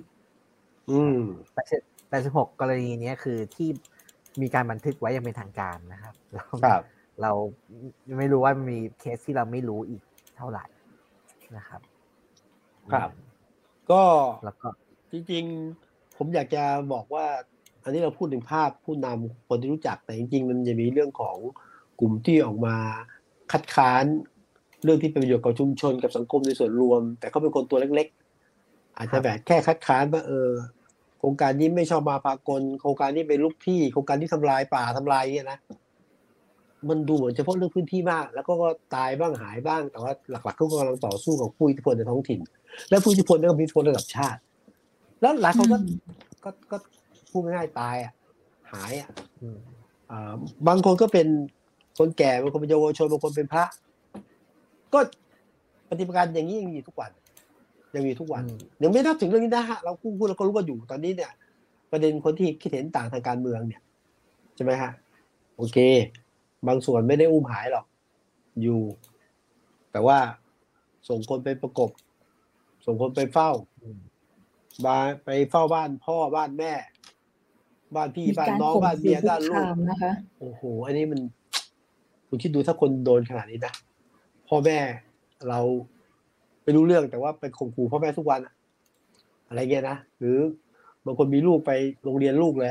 86 กรณีนี้คือที่มีการบันทึกไว้อย่างเป็นทางการนะครับเราไม่รู้ว่ามีเคสที่เราไม่รู้อีกเท่าไหร่นะครับครับก็จริงๆผมอยากจะบอกว่าอันนี้เราพูดถึงภาพผู้นำคนที่รู้จักแต่จริงๆมันจะมีเรื่องของกลุ่มที่ออกมาคัดค้านเรื่องที่เป็นประโยชน์กับชุมชนกับสังคมในส่วนรวมแต่เขาเป็นคนตัวเล็กๆอาจจะแบบแค่คัดค้านว่าโครงการนี้ไม่ชอบมาพากลโครงการนี้เป็นลุกที่โครงการที่ทำลายป่าทำลายเนี่ยนะมันดูเหมือนเฉพาะเรื่องพื้นที่มากแล้วก็ตายบ้างหายบ้างแต่ว่าหลักๆเขากำลังต่อสู้กับผู้อิทธิพลในท้องถิ่นและผู้อิทธิพลนั่นก็มีอิทธิพลระดับชาติแล้วหลายคนก็พูดง่ายๆตายหายบางคนก็เป็นคนแก่บางคนเป็นเยาวชนบางคนเป็นพระก็ปฏิบัติการอย่างนี้ยังมีทุกวันยังไม่นับถึงเรื่องนี้นะฮะเราพูดเราก็รู้ว่าอยู่ตอนนี้เนี่ยประเด็นคนที่คิดเห็นต่างทางการเมืองเนี่ยใช่ไหมฮะโอเคบางส่วนไม่ได้อุ้มหายหรอกอยู่แต่ว่าส่งคนไปประกบส่งคนไปเฝ้าไปเฝ้าบ้านพ่อบ้านแม่บ้านพี่บ้านน้องบ้านเมียบ้านลูกนะคะโอ้โหอันนี้มันคุณคิดดูถ้าคนโดนขนาดนี้นะพ่อแม่เราไม่รู้เรื่องแต่ว่าไปข่มขู่พ่อแม่ทุกวันอะไรเงี้ยนะหรือบางคนมีลูกไปโรงเรียนลูกเลย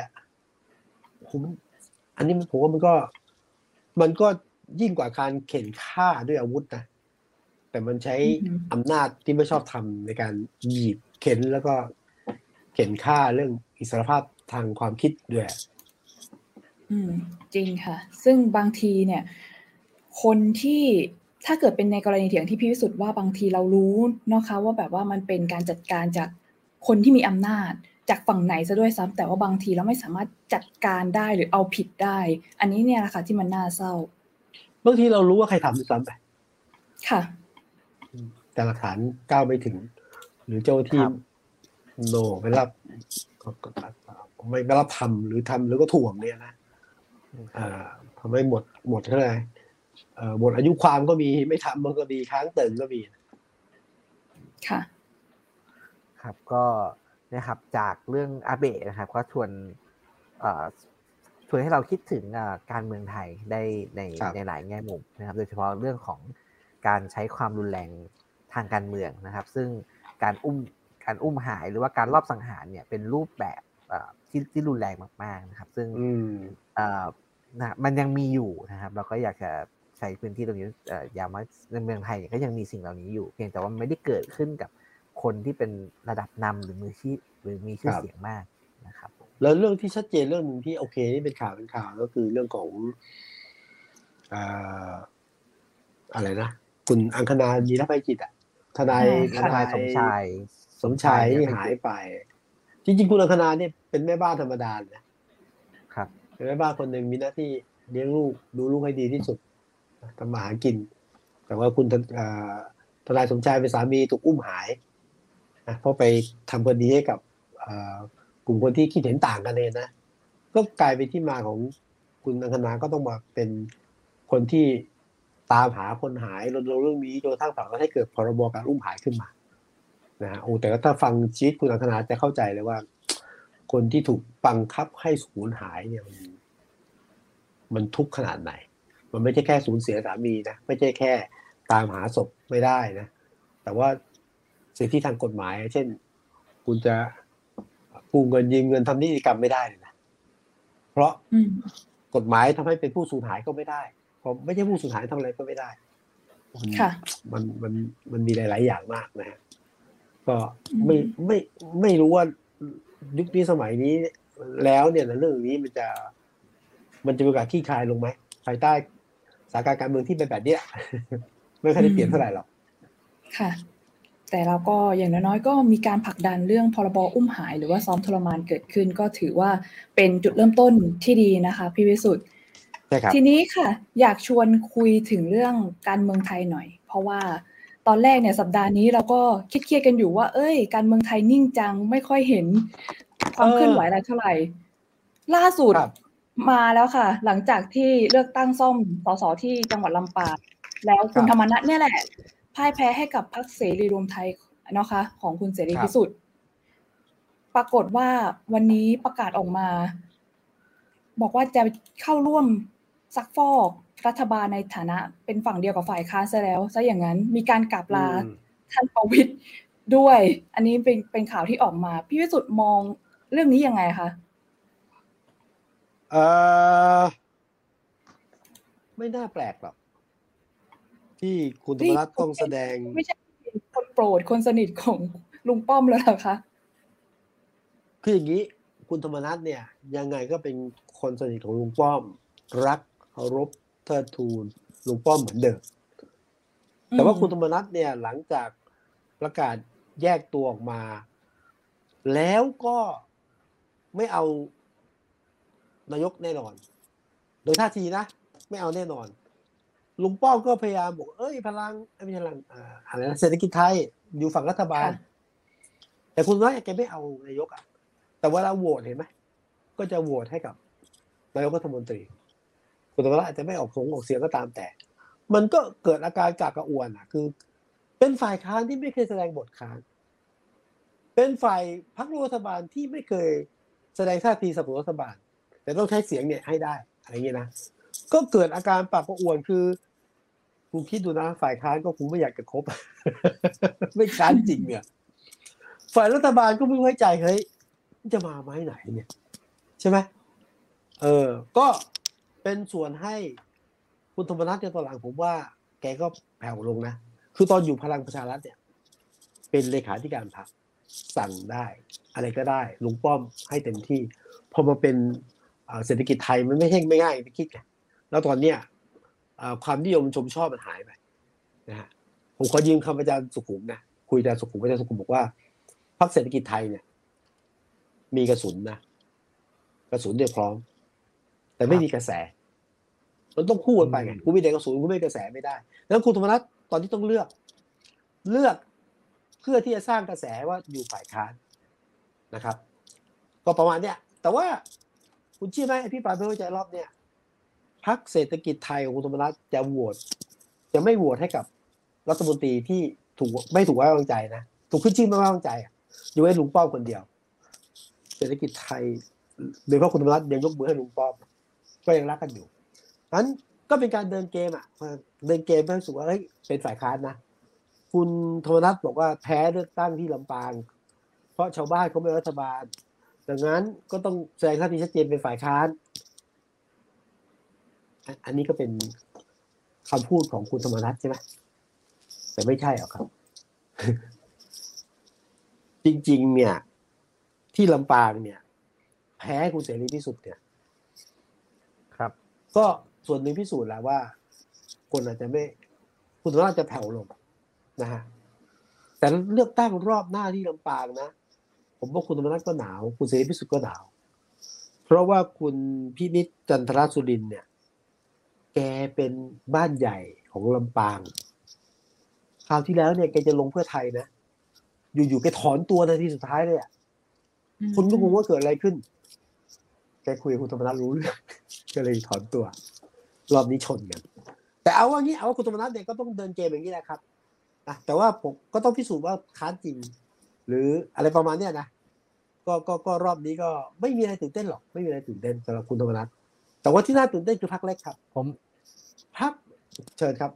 อันนี้ผมว่ามันก็ยิ่งกว่าการเข็นฆ่าด้วยอาวุธนะแต่มันใช้อำนาจที่ไม่ชอบทำในการหยีบเข็นแล้วก็เข็นฆ่าเรื่องอิสรภาพทางความคิดด้วยจริงค่ะซึ่งบางทีเนี่ยคนที่ถ้าเกิดเป็นในกรณีอย่างที่พี่วิสุทธ์ว่าบางทีเรารู้นะคะว่าแบบว่ามันเป็นการจัดการจากคนที่มีอำนาจจากฝั่งไหนซะด้วยซ้ำแต่ว่าบางทีเราไม่สามารถจัดการได้หรือเอาผิดได้อันนี้เนี่ยแหละค่ะที่มันน่าเศร้าบางทีเรารู้ว่าใครทำด้วยซ้ำไปค่ะแต่หลักฐานก้าวไม่ถึงหรือเจ้าที่โนไม่รับไม่รับทำหรือทำหรือก็ถ่วงเนี่ยนะทำให้หมดเท่าไหร่หมดอายุความก็มีไม่ทำมันก็มีค้างเติ่งก็มีค่ะครับก็นะครับจากเรื่องอาเบะนะครับก็ชวนให้เราคิดถึงการเมืองไทยได้ในหลายแง่มุมนะครับโดยเฉพาะเรื่องของการใช้ความรุนแรงทางการเมืองนะครับซึ่งการอุ้มหายหรือว่าการลอบสังหารเนี่ยเป็นรูปแบบที่รุนแรงมากๆนะครับซึ่งมันยังมีอยู่นะครับเราก็อยากจะใช้พื้นที่ตรงนี้ย้ำว่าในเมืองไทยก็ยังมีสิ่งเหล่านี้อยู่เพียงแต่ว่าไม่ได้เกิดขึ้นกับคนที่เป็นระดับนำหรือมืออาชีพหรือมีชื่อเสียงมากนะครับแล้วเรื่องที่ชัดเจนเรื่องนึงที่โอเคนี่เป็นข่าวก็คือเรื่องของอะไรนะคุณอังคณายีรภัยจิตทนายสมชายที่หายไปจริงๆคุณอังคณาเนี่ยเป็นแม่บ้านธรรมดาครับเป็นแม่บ้านคนหนึ่งมีหน้าที่เลี้ยงลูกดูลูกให้ดีที่สุดทำมาหากินแต่ว่าคุณทนายสมชายเป็นสามีถูกอุ้มหายเพราะไปทำคดีให้กับกลุ่มคนที่คิดเห็นต่างกันเลยนะก็กลายเป็นที่มาของคุณอังคณาก็ต้องมาเป็นคนที่ตามหาคนหายรณรงค์เรื่องนี้จนกระทั่งผลักดันให้เกิดพรบการอุ้มหายขึ้นมานะฮะแต่ถ้าฟังชีวิตคุณอังคณาจะเข้าใจเลยว่าคนที่ถูกบังคับให้สูญหายเนี่ยมันทุกข์ขนาดไหนมันไม่ใช่แค่สูญเสียสามีนะไม่ใช่แค่ตามหาศพไม่ได้นะแต่ว่าสิทธิทางกฎหมายเช่นคุณจะกู้เงินยืมเงินทำนิติกรรมไม่ได้เลยนะเพราะกฎหมายทำให้เป็นผู้สูญหายก็ไม่ได้พอไม่ใช่ผู้สูญหายทำอะไรก็ไม่ได้ค่ะมันมีหลายๆอย่างมากนะฮะก็ไม่รู้ว่ายุคนี้สมัยนี้แล้วเนี่ยเรื่องนี้มันจะมีโอกาสคลี่คลายลงไหมภายใต้สถานการณ์การเมืองที่เป็นแบบเนี้ยไม่ค่อยได้เปลี่ยนเท่าไหร่หรอกค่ะแต่เราก็อย่างน้อยๆก็มีการผลักดันเรื่องพรบอุ้มหายหรือว่าซ้อมทรมานเกิดขึ้นก็ถือว่าเป็นจุดเริ่มต้นที่ดีนะคะพี่วิสุทธิ์ทีนี้ค่ะอยากชวนคุยถึงเรื่องการเมืองไทยหน่อยเพราะว่าตอนแรกเนี่ยสัปดาห์นี้เราก็เครียดกันอยู่ว่าการเมืองไทยนิ่งจังไม่ค่อยเห็นความเคลื่อนไหวอะไรเท่าไหร่ล่าสุดมาแล้วค่ะหลังจากที่เลือกตั้งซ่อมสสที่จังหวัดลำปางแล้วคุณธรรมนัสเนี่ยแหละพ่ายแพ้ให้กับพรรคเสรีรวมไทยนะคะของคุณเสรีพิสุทธิ์ปรากฏว่าวันนี้ประกาศออกมาบอกว่าจะเข้าร่วมซักฟอกรัฐบาลในฐานะเป็นฝั่งเดียวกับฝ่ายค้านซะแล้วซะอย่างนั้นมีการกราบลาท่านประวิตรด้วยอันนี้เป็นข่าวที่ออกมาพี่วิสุทธิ์มองเรื่องนี้ยังไงคะไม่น่าแปลกหรอกที่คุณธรรมนัสต้องแสดงไม่ใช่คนโปรดคนสนิทของลุงป้อมแล้วเหรอคะคืออย่างนี้คุณธรรมนัสเนี่ยยังไงก็เป็นคนสนิทของลุงป้อมรักเคารพเทิดทูนลุงป้อมเหมือนเดิมแต่ว่าคุณธรรมนัสเนี่ยหลังจากประกาศแยกตัวออกมาแล้วก็ไม่เอานายกแน่นอนโดยท่าทีนะไม่เอาแน่นอนลุงป้อมก็พยายามบอกพลังไม่ใช่พลังอะไรนะเศรษฐกิจไทยอยู่ฝั่งรัฐบาลแต่คุณน้อยแกไม่เอานายกอ่ะแต่เวลาโหวตเห็นไหมก็จะโหวตให้กับนายกรัฐมนตรีคุณธรรมนัสอาจจะไม่ออกเสียงก็ตามแต่มันก็เกิดอาการกากระอ่วนอ่ะคือเป็นฝ่ายค้านที่ไม่เคยแสดงบทค้านเป็นฝ่ายพรรครัฐบาลที่ไม่เคยแสดงท่าทีสนับสนุนรัฐบาลแต่ต้องใช้เสียงเนี่ยให้ได้อะไรอย่างเงี้ยนะก็เกิดอาการปากกระอ่วนคือคุณคิดดูนะฝ่ายค้านก็คงไม่อยากจะคบ ไม่ค้านจริงเนี่ยฝ่ายรัฐบาลก็ไม่ไว้ใจเฮ้ยจะมาไม้ไหนเนี่ยใช่ไหมก็เป็นส่วนให้คุณธรรมนัสเนี่ยตอนหลังผมว่าแกก็แผ่วลงนะคือตอนอยู่พลังประชารัฐเนี่ยเป็นเลขาธิการพรรคสั่งได้อะไรก็ได้ลุงป้อมให้เต็มที่พอมาเป็นเศรษฐกิจไทยมันไม่ใช่ไม่ง่ายไม่คิดไงแล้วตอนเนี้ยความนิยมชมชอบมันหายไปนะฮะผมขอยืมคำอาจารย์สุขุมนะคุยอาจารย์สุขุมบอกว่าพรรคเศรษฐกิจไทยเนี่ยมีกระสุนนะกระสุนเนี่ยพร้อมแต่ไม่มีกระแสมันต้องคู่กันไปไงกูมีแต่กระสุนกูไม่กระแสไม่ได้แล้วคุณธรรมนัสตอนนี้ต้องเลือกเพื่อที่จะสร้างกระแสว่าอยู่ฝ่ายค้านนะครับก็ประมาณเนี้ยแต่ว่าคุณเชื่อไหมพี่ปราบไม่ไว้ใจรอบเนี้ยพรรคเศรษฐกิจไทยของคุณธรรมนัสจะไม่โหวตให้กับรัฐมนตรีที่ไม่ถูกไว้วางใจนะถูกขึ้นชื่อไม่ไว้วางใจอยู่ให้ลุงป้อมคนเดียวเศรษฐกิจไทยโดยเฉพาะคุณธรรมนัสยังยกมือให้ลุงป้อมก็ยังรักกันอยู่นั้นก็เป็นการเดินเกมเดินเกมให้รู้สึกว่าเป็นฝ่ายค้านนะคุณธรรมนัสบอกว่าแพ้เลือกตั้งที่ลำปางเพราะชาวบ้านเขาไม่รัฐบาลดังนั้นก็ต้องแสดงท่าทีชัดเจนเป็นฝ่ายค้านอันนี้ก็เป็นคำพูดของคุณธรรมนัสใช่ไหมแต่ไม่ใช่หรอกครับ จริงๆเนี่ยที่ลำปางเนี่ยแพ้คุณเสรีพิสุทธิ์เนี่ยครับก็ส่วนหนึ่งพิสูจน์แล้วว่าคนอาจจะไม่คุณธรรมนัสจะแผ่วลงนะฮะแต่เลือกตั้งรอบหน้าที่ลำปางนะผมว่าคุณธรรมนัสก็หนาวคุณเสรีพิสุทธิ์ก็หนาวเพราะว่าคุณพินิจจันทรสุรินทร์เนี่ยแกเป็นบ้านใหญ่ของลำปางคราวที่แล้วเนี่ยแกจะลงเพื่อไทยนะอยู่ๆแกถอนตัวนาทีสุดท้ายเลยอ่ะคุณก็งงว่าเกิดอะไรขึ้นแกคุยกับคุณธรรมนัสรู้เรื่องก็เลยถอนตัวรอบนี้ชนกันแต่เอาว่างี้เอาว่าคุณธรรมนัสเนี่ยก็ต้องเดินเกมอย่างนี้แหละครับแต่ว่าผมก็ต้องพิสูจน์ว่าค้านจริงหรืออะไรประมาณเนี้ยนะก็รอบนี้ก็ไม่มีอะไรตื่นเต้นหรอกไม่มีอะไรตื่นเต้นสำหรับคุณธรรมนัสแต่ว่าที่น่าตื่นเต้นคือพรรคเล็กครับผมพรรคเชิญครับ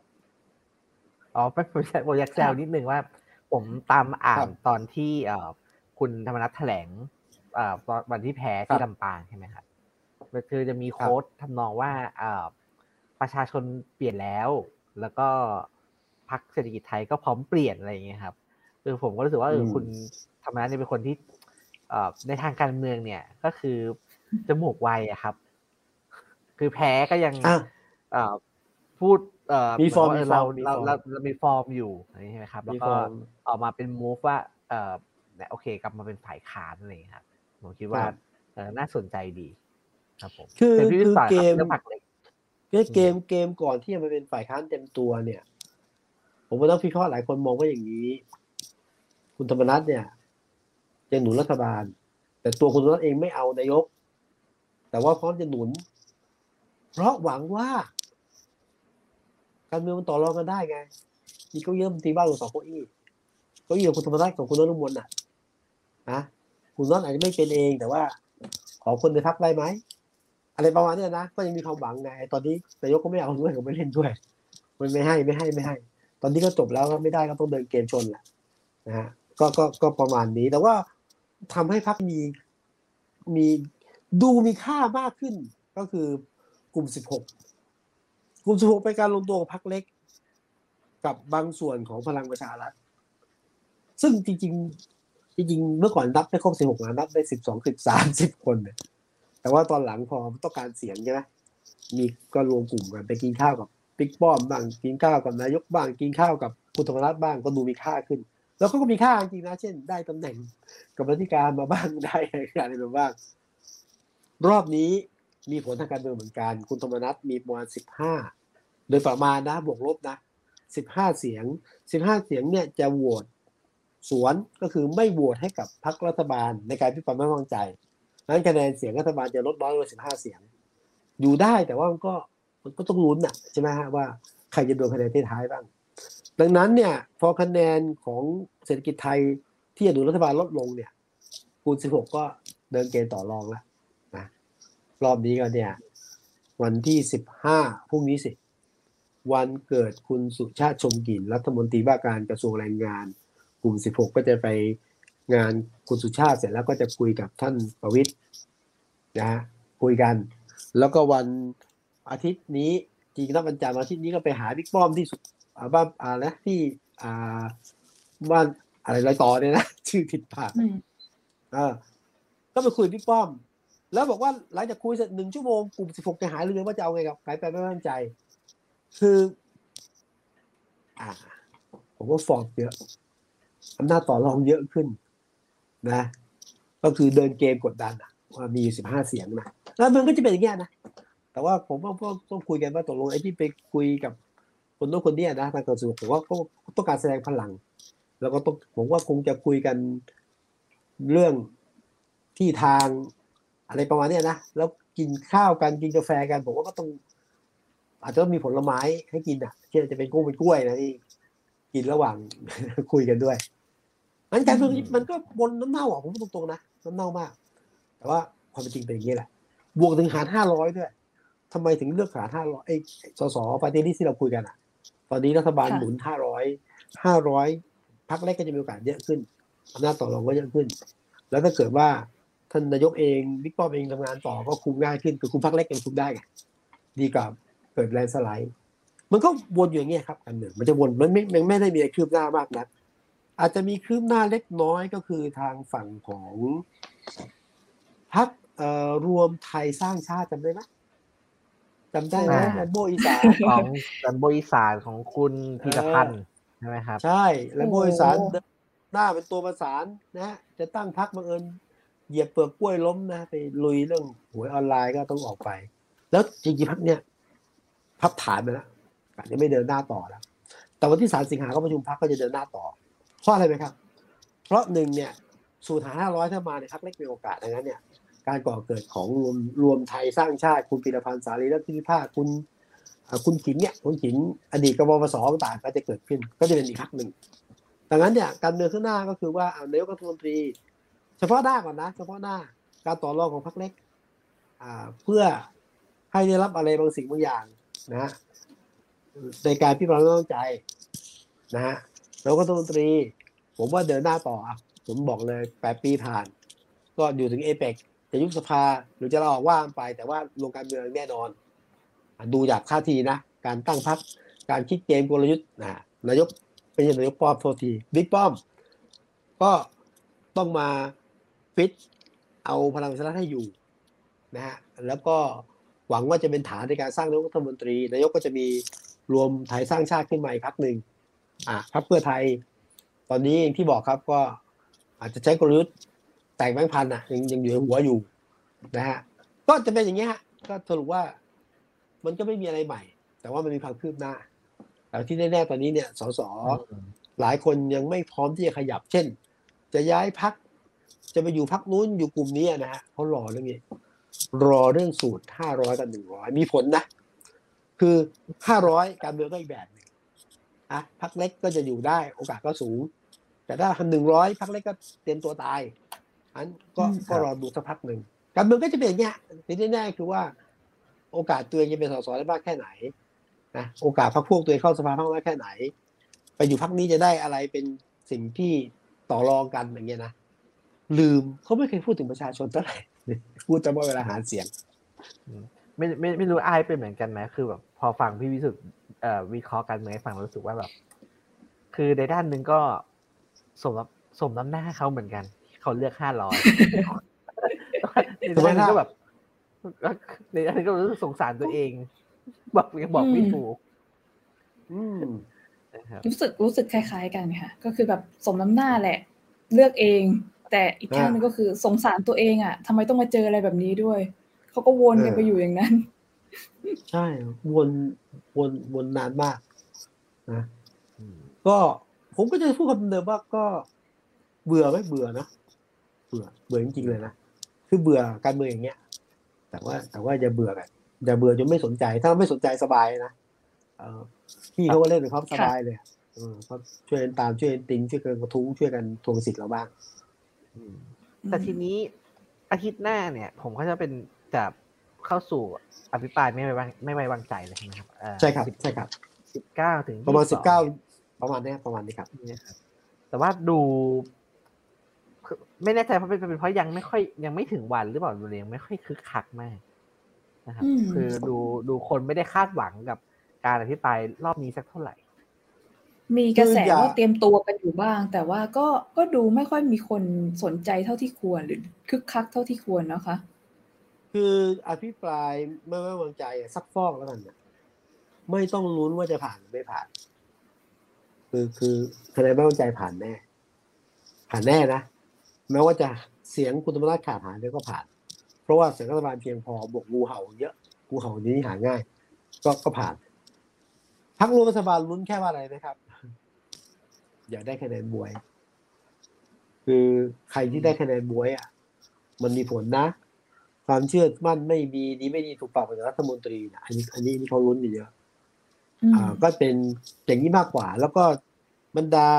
ผมอยากแซวนิดนึงว่าผมตามอ่านตอนที่คุณธรรมนัสแถลงวันที่แพ้ที่ลำปางใช่ไหมครับคือจะมีโค้ดทำนองว่าประชาชนเปลี่ยนแล้วก็พรรคเศรษฐกิจไทยก็พร้อมเปลี่ยนอะไรอย่างเงี้ยครับคือผมก็รู้สึกว่าคุณธรรมนัสเนี่ยเป็นคนที่ในทางการเมืองเนี่ยก็คือจมูกไวอะครับคือแพ้ก็ยังพูดมีฟอร์มเรามีฟอร์มอยู่ใช่ไหมครับแล้วก็ออกมาเป็นมูฟว่าโอเคกลับมาเป็นฝ่ายค้านอะไรอย่างเงี้ยครับผมคิดว่าน่าสนใจดีครับผมคือเกมก่อนที่จะมาเป็นฝ่ายค้านเต็มตัวเนี่ยผมว่านักวิเคราะห์หลายคนมองว่าอย่างนี้คุณธรรมนัสเนี่ยจะหนุนรัฐบาลแต่ตัวคุณธรรมนัสเองไม่เอานายกแต่ว่าพร้อมจะหนุนเพราะหวังว่าการเมืองมันต่อรองกันได้ไงมีเก้าอี้รัฐมนตรีบ้างหรือ2 เก้าอี้ของคุณธรรมนัสกับคุณนฤมลน่ะนะคุณนัทอาจจะไม่เป็นเองแต่ว่าขอคนในพรรคได้ไหมอะไรประมาณนี้นะก็ยังมีความหวังไงตอนนี้นายกก็ไม่เอาด้วยก็ไม่เล่นด้วยมันไม่ให้ตอนนี้ก็จบแล้วก็ไม่ได้ก็ต้องเดินเกมชนแหละนะฮะก็ประมาณนี้แต่ว่าทำให้พรรคมีค่ามากขึ้นก็คือกลุ่ม16เป็นการรวมตัวของพรรคเล็กกับบางส่วนของพลังประชารัฐซึ่งจริงเมื่อก่อนนับได้ครบ16นะนับได้12 13 10 คนเนี่ยแต่ว่าตอนหลังพอต้องการเสียงใช่ไหมมีก็รวมกลุ่มกันไปกินข้าวกับบิ๊กป้อมบ้างกินข้าวกับนายกบ้างกินข้าวกับคุณธรรมนัสบ้างก็ดูมีค่าขึ้นแล้วก็มีค่าจริงนะเช่นได้ตำแหน่งกรรมาธิการมาบ้างได้อะไรมาบ้างรอบนี้มีผลทางการเมืองเหมือนกันคุณธรรมนัสมีประมาณ15โดยประมาณนะบวกลบนะ15 เสียงเนี่ยจะโหวตสวนก็คือไม่โหวตให้กับพรรครัฐบาลในการพิพากษาไม่ไว้วางใจนั้นคะแนนเสียงรัฐบาลจะลดน้อยลง15 เสียงอยู่ได้แต่ว่ามันก็ต้องลุ้นน่ะใช่ไหมฮะว่าใครจะโดนคะแนนท้ายบ้างดังนั้นเนี่ยพอคะแนนของเศรษฐกิจไทยที่จะหนุนรัฐบาลลดลงเนี่ยคูณ16ก็เดินเกณฑ์ต่อรองแล้วนะรอบนี้ก็เนี่ยวันที่15พรุ่งนี้สิวันเกิดคุณสุชาติชมกลิ่นรัฐมนตรีว่าการกระทรวงแรงงานกลุ่ม16ก็จะไปงานคุณสุชาติเสร็จแล้วก็จะคุยกับท่านประวิตรนะฮะคุยกันแล้วก็วันอาทิตย์นี้จริงๆวันจันทร์อาทิตย์นี้ก็ไปหาบิ๊กป้อมที่บ้านนะที่บ้านอะไรไรต่อเนี่ยนะชื่อผิดปากก็ไปคุยบิ๊กป้อมแล้วบอกว่าหลังจากคุยเสร็จ1 ชั่วโมงกลุ่ม16จะหาเรื่องว่าจะเอาไงกับใครไปไม่มั่นใจคือผมว่าฟอร์มเยอะอำนาจต่อรองเยอะขึ้นนะก็คือเดินเกมกดดันว่ามี15 เสียงนะแล้วมันก็จะเป็นอย่างเงี้ยนะแต่ว่าผมว่าต้องคุยกันว่าตกลงไอ้ที่ไปคุยกับคนโน้นคนนี้นะทางกระทรวงผมว่าก็ต้องการแสดงพลังแล้วก็ผมว่าคงจะคุยกันเรื่องที่ทางอะไรประมาณนี้นะแล้วกินข้าวกันกินกาแฟกันผมว่าก็ต้องอาจจะต้องมีผลไม้ให้กินเช่นจะเป็นกุ้งเป็นกล้วยนะที่กินระหว่างคุยกันด้วยงั้นการเมืองมันก็บนน้ำเน่าผมพูดตรงๆนะน้ำเน่ามากแต่ว่าความเป็นจริงเป็นอย่างนี้แหละบวกถึงหาร500ด้วยทำไมถึงเลือกหาร500สสปาร์ตี้ลิสต์ที่เราคุยกันตอนนี้รัฐบาลหนุน500พรรคเล็กก็จะมีโอกาสเยอะขึ้นอำนาจต่อรองก็เยอะขึ้นแล้วถ้าเกิดว่าท่านนายกเองบิ๊กป้อมเองทำงานต่อก็คุมง่ายขึ้นคือคุมพรรคเล็กเองคุมได้ไงดีกว่าเกิดแลนด์สไลด์มันก็วนอยู่อย่างเงี้ยครับการเมืองมันจะวนมันไม่ได้มีอะไรคืบหน้ามากนักอาจจะมีคืบหน้าเล็กน้อยก็คือทางฝั่งของพรรครวมไทยสร้างชาติจำได้ไหมแลมโบอีสานของแลมโบอีสานของคุณธีรพันธ์ใช่ไหมครับใช่แลมโบอีสานหน้าเป็นตัวประสานนะจะตั้งพรรคบังเอิญเหยียบเปลือกกล้วยล้มนะไปลุยเรื่องหวยออนไลน์ก็ต้องออกไปแล้วจริงๆพรรคเนี้ยพับฐานไปแล้วอาจจะไม่เดินหน้าต่อแล้วแต่วันที่3 สิงหาคมก็ประชุมพรรคก็จะเดินหน้าต่อเพราะอะไรไหมครับเพราะ1เนี่ยสูตรหา500ถ้ามาในพรรคเล็กมีโอกาสดังนั้นเนี่ยการก่อเกิดของรวมไทยสร้างชาติคุณพีรพันธ์สารีรัตน์พิพาทคุณขิงเนี่ยคุณขิงอดีตกบพศต่างๆก็จะเกิดขึ้นก็จะเป็นอีกพรรคหนึ่งดังนั้นเนี่ยการเมืองข้างหน้าก็คือว่านายกรัฐมนตรีเฉพาะหน้าก่อนนะเฉพาะหน้าการต่อรองของพรรคเล็กเพื่อใให้ได้รับอะไรบางสิ่งบางอย่างนะฮะในการพิจารณาต้องใจนะฮะแล้วก็รัฐมนตรีผมว่าเดินหน้าต่อผมบอกเลย8 ปีผ่านก็อยู่ถึงเอเปกจะยุบสภาหรือจะลาออกว่าไปแต่ว่าลงการเมืองแน่นอนดูจากท่าทีนะการตั้งพรรคการคิดเกมกลยุทธ์นายกเป็นนายกป้อมโทษทีบิ๊กป้อมก็ต้องมาฟิตเอาพลังประชารัฐให้อยู่นะฮะแล้วก็หวังว่าจะเป็นฐานในการสร้างนายกรัฐมนตรีนายกก็จะมีรวมไทยสร้างชาติขึ้นมาอีกพรรคหนึ่งพรรคเพื่อไทยตอนนี้ที่บอกครับก็อาจจะใช้กลยุทธ์แต่งแบงค์พันยังอยู่ในหัวอยู่นะฮะก็จะเป็นอย่างนี้ฮะก็สรุปว่ามันก็ไม่มีอะไรใหม่แต่ว่ามันมีความคืบหน้าแต่ที่แน่ๆตอนนี้เนี่ยสสหลายคนยังไม่พร้อมที่จะขยับเช่นจะย้ายพรรคจะไปอยู่พรรคนู้นอยู่กลุ่มนี้นะฮะเขารอเรื่องนี้รอเรื่องสูตร500กับ100มีผลนะคือ500การเมืองก็อีกแบบนึงพรรคเล็กก็จะอยู่ได้โอกาสก็สูงแต่ถ้า100พรรคเล็กก็เตรียมตัวตายอันก็รอดูสักพักหนึ่งการเมืองก็จะเป็นอย่างเงี้ยที่แน่ๆคือว่าโอกาสตัวเองจะเป็นสสได้มากแค่ไหนนะโอกาสพรรคพวกตัวเองเข้าสภามากน้อยแค่ไหนไปอยู่พรรคนี้จะได้อะไรเป็นสิ่งที่ต่อรองกันอย่างเงี้ยนะลืมเขาไม่เคยพูดถึงประชาชนเท่าไหร่พูดแต่ว่าเวลาหาเสียงไม่รู้อายเป็นเหมือนกันไหมคือแบบพอฟังพี่วิสุทธิ์วิเคราะห์การเมืองให้ฟังรู้สึกว่าแบบคือในด้านหนึ่งก็สมน้ำหน้าเขาเหมือนกันเขาเลือก500ในด้านนึงก็แบบในด้านนึงก็รู้สึกสงสารตัวเองบอกไม่ถูกรู้สึกคล้ายๆกันค่ะก็คือแบบสมน้ำหน้าแหละเลือกเองแต่อีกข้างนึงก็คือสงสารตัวเองทำไมต้องมาเจออะไรแบบนี้ด้วยเขาก็วนกันไปอยู่อย่างนั้นใช่วนนานมากนะก็ผมก็จะพูดคำเดิมว่าก็เบื่อไหมเบื่อนะเบื่อจริงๆเลยนะคือเบื่อการเมืองอย่างเงี้ยแต่ว่าอย่าเบื่อแบบอย่าเบื่อจนไม่สนใจถ้าไม่สนใจสบายนะพี่เขาก็เล่นเป็นความสบายเลยเขาช่วยกันตามช่วยกันติ้งช่วยกันกระทุ้งช่วยกันทวงสิทธิ์เราบ้างแต่ทีนี้อาทิตย์หน้าเนี่ยผมก็จะเป็นจะเข้าสู่อภิปรายไม่ไว้วางใจเลยนะครับใช่ครับ 19ถึงประมาณ19ประมาณนี้ครับแต่ว่าดูไม่แน่ใจเพราะเป็นเพราะยังไม่ถึงวันหรือเปล่าดูยังไม่ค่อยคึกคักมากนะครับคือดูคนไม่ได้คาดหวังกับการอภิปรายรอบนี้สักเท่าไหร่มีกระแสว่าเตรียมตัวกันอยู่บ้างแต่ว่าก็ดูไม่ค่อยมีคนสนใจเท่าที่ควรหรือคึกคักเท่าที่ควรนะคะคืออภิปรายไม่ไว้วางใจซักฟอกแล้วกันนะไม่ต้องลุ้นว่าจะผ่านหรือไม่ผ่านคือคะแนนไม่ไว้วางใจผ่านแน่นะแม้ว่าจะเสียงคุณธรรมนัสขาดหายก็ผ่านเพราะว่าเสียงรัฐบาลเพียงพอบวกงูเห่าเยอะงูเห่านี้หาง่ายก็ผ่านพรรคร่วมรัฐบาลลุ้นแค่ว่าอะไรนะครับอยากได้คะแนนบวยคือใครที่ได้คะแนนบวยมันมีผลนะความเชื่อมั่นไม่มีดีไม่ดีถูกปรับจากรัฐมนตรีนะอันนี้เขาลุ้นเยอะก็เป็นอย่างนี้มากกว่าแล้วก็บรรดา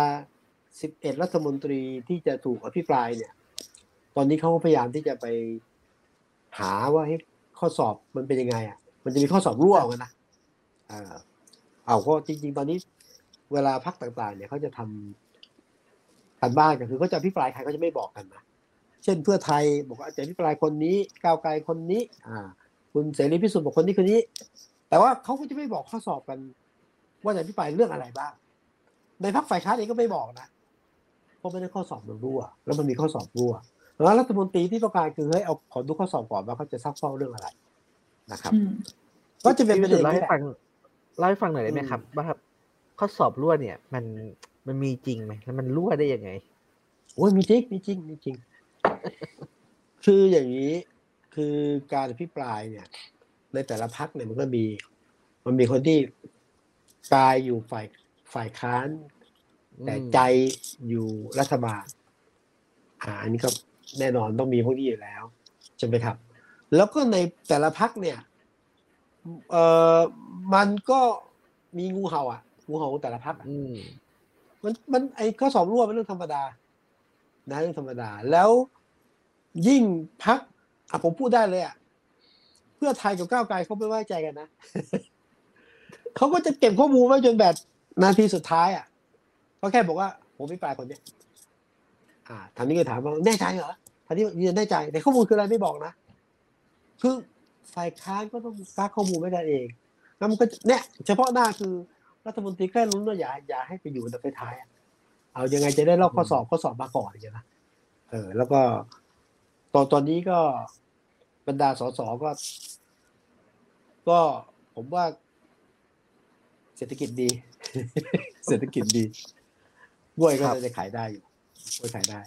11รัฐมนตรีที่จะถูกอภิปรายเนี่ยตอนนี้เขาพยายามที่จะไปหาว่าข้อสอบมันเป็นยังไงมันจะมีข้อสอบร่วมกันนะก็จริงๆตอนนี้เวลาพรรคต่างๆเนี่ยเขาจะทำกันบ้านกันคือเขาจะอภิปรายใครเขาจะไม่บอกกันนะเช่นเพื่อไทยบอกว่าจะอภิปรายคนนี้ก้าวไกลคนนี้คุณเสรีพิสุทธิ์บอกคนนี้แต่ว่าเขาก็จะไม่บอกข้อสอบกันว่าจะอภิปรายเรื่องอะไรบ้างในพรรคฝ่ายค้านเองก็ไม่บอกนะเพราะไม่ได้ข้อสอบมันรั่วแล้วมันมีข้อสอบรั่วแล้วรัฐมนตรีที่ต้องการคือเอาขอดูข้อสอบก่อนว่าเขาจะซักซ้อเรื่องอะไรนะครับก็จะเป็นประเด็นที่เล่าให้ฟังหน่อยได้ไหมครับว่าข้อสอบรั่วเนี่ยมันมีจริงไหมแล้วมันรั่วได้ยังไงโอ้ยมีจริงคืออย่างนี้คือการอภิปรายเนี่ยในแต่ละพรรคเนี่ยมันมีคนที่กายอยู่ฝ่ายค้านแต่ใจอยู่รัฐบาลอันนี้ก็แน่นอนต้องมีพวกนี้อยู่แล้วใช่ไหมครับแล้วก็ในแต่ละพรรคเนี่ยมันก็มีงูเห่าของแต่ละพรรคมันไอ้ข้อสอบรั่วเป็นเรื่องธรรมดานะเรื่องธรรมดาแล้วยิ่งพรรคผมพูดได้เลยเพื่อไทยกับก้าวไกลเขาไม่ไว้ใจกันนะ เขาก็จะเก็บข้อมูลไว้จนแบบนาทีสุดท้ายอ่ะเขาแค่บอกว่าผมไม่ปลายคนเนี้ยทางนี้ก็ถามว่าแน่ใจเหรอทางนี้ยืนแน่ใจแต่ข้อมูลคืออะไรไม่บอกนะคือฝ่ายค้านก็ต้องกักข้อมูลไว้กันเองแล้วมันก็เนี่ยเฉพาะหน้าคือรัฐมนตรีแค่ลุ้นว่าอย่าให้ไปอยู่ในท้ายๆเอายังไงจะได้ลอกข้อสอบมาก่อนอย่างเงี้ยนะแล้วก็ตอนนี้ก็บรรดาสสก็ผมว่าเศรษฐกิจดี เศรษฐกิจดีกล้วยก็จะขายได้อยู่กล้วยขายได้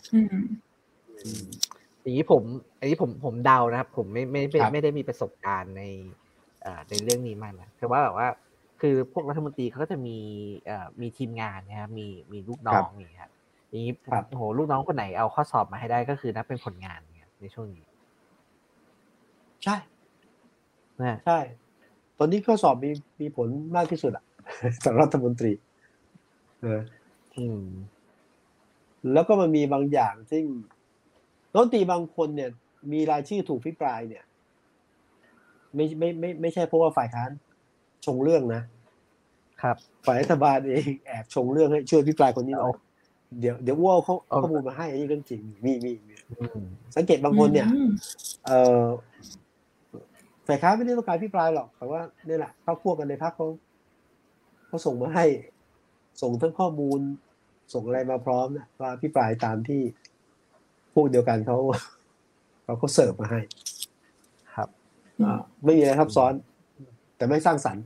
อย่างนี้ผมเดานะครับผมไม่ได้มีประสบการณ์ในเรื่องนี้มากนะคือว่าแบบว่าคือพวกรัฐมนตรีเขาก็จะมีทีมงานนะครับมีลูกน้องนี่ครับอย่างนี้โอ้โหลูกน้องคนไหนเอาข้อสอบมาให้ได้ก็คือนับเป็นผลงานเนี่ยในช่วงนี้ใช่ใช่ตอนนี้ข้อสอบมีผลมากที่สุดอ่ะสำหรับรัฐมนตรีแล้วก็มันมีบางอย่างซึ่งรัฐมนตรีบางคนเนี่ยมีรายชื่อถูกพิปรายเนี่ยไม่ใช่เพราะว่าฝ่ายค้านชงเรื่องนะครับฝ่ายรัฐบาลเองแอบชงเรื่องให้ช่วยพิปรายคนนี้หน่อยเดี๋ยวอ้วเขาข้อมูลมาให้อันนี้เรื่องจริงมีสังเกตบางคนเนี่ยฝ่ายค้านไม่ได้ต้องการพิปรายหรอกแต่ว่านี่แหละเขาพวกกันในพรรคเขาส่งมาให้ส่งทั้งข้อมูลส่งอะไรมาพร้อมนะว่าพิปรายตามที่พวกเดียวกันเขาเสิร์ฟมาให้ครับไม่มีอะไรซับซ้อนแต่ไม่สร้างสรรค์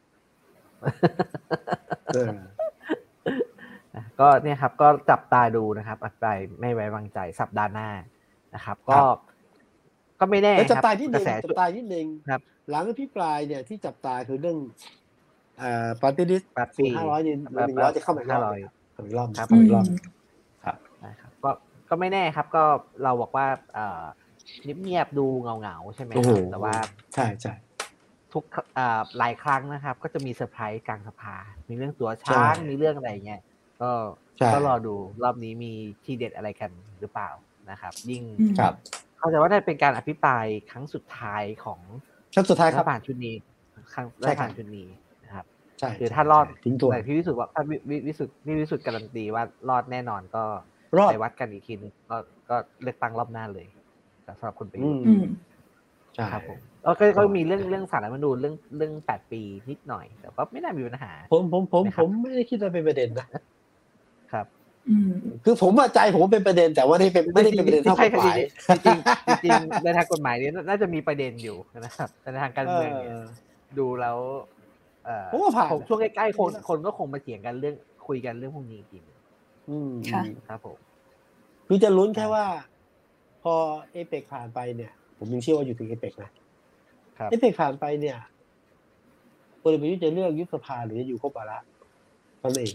ก็เนี่ยครับก็จับตาดูนะครับอภิปรายไม่ไว้วางใจสัปดาห์หน้านะครับก็ไม่แน่ครับจับตาที่นึงครับหลังอภิปรายเนี่ยที่จับตาคือเรื่องปาร์ตี้ลิสต์สูตร500นี่100จะเข้ามาอีกรอบครับนะครับก็ไม่แน่ครับก็เราบอกว่าเงียบๆดูเงาๆใช่ไหมแต่ว่าใช่ทุกหลายครั้งนะครับก็จะมีเซอร์ไพรส์กลางสภามีเรื่องตัวช้างมีเรื่องอะไรเงี้ยก็รอดูรอบนี้มีทีเด็ดอะไรกันหรือเปล่านะครับยิ่งเข้าใจว่าได้เป็นการอภิปรายครั้งสุดท้ายของรัฐบาลชุดนี้รัฐบาลชุดนี้นะครับใช่คือถ้ารอดแต่พี่วิสุทธิ์ว่าถ้าวิสุทธิ์การันตีว่ารอดแน่นอนก็ไปวัดกันอีกทีนึงก็เลือกตั้งรอบหน้าเลยสำหรับคุณประยุทธ์ครับผมก็มีเรื่องศาลรัฐธรรมนูญเรื่อง8 ปีนิดหน่อยแต่ก็ไม่น่ามีปัญหาผมไม่ได้คิดว่าเป็นประเด็นนะครับคือผมว่าใจผมเป็นประเด็นแต่ว่าไม่ได้เป็นประเด็นเท่ากฎหมายจริงในทางกฎหมายนี้น่าจะมีประเด็นอยู่นะครับแต่ในทางการเมืองเนี่ยดูแล้วผมว่าผ่านช่วงใกล้ๆคนก็คงมาเถียงกันเรื่องคุยกันเรื่องพวกนี้จริงครับผมคือจะลุ้นแค่ว่าพอเอเปกผ่านไปเนี่ยผมยังเชื่อว่าอยู่ถึงเอเปกนะเอเปกผ่านไปเนี่ยพลเอกประยุทธ์จะเลือกยุบสภาหรือจะอยู่ครบวาระนั่นเอง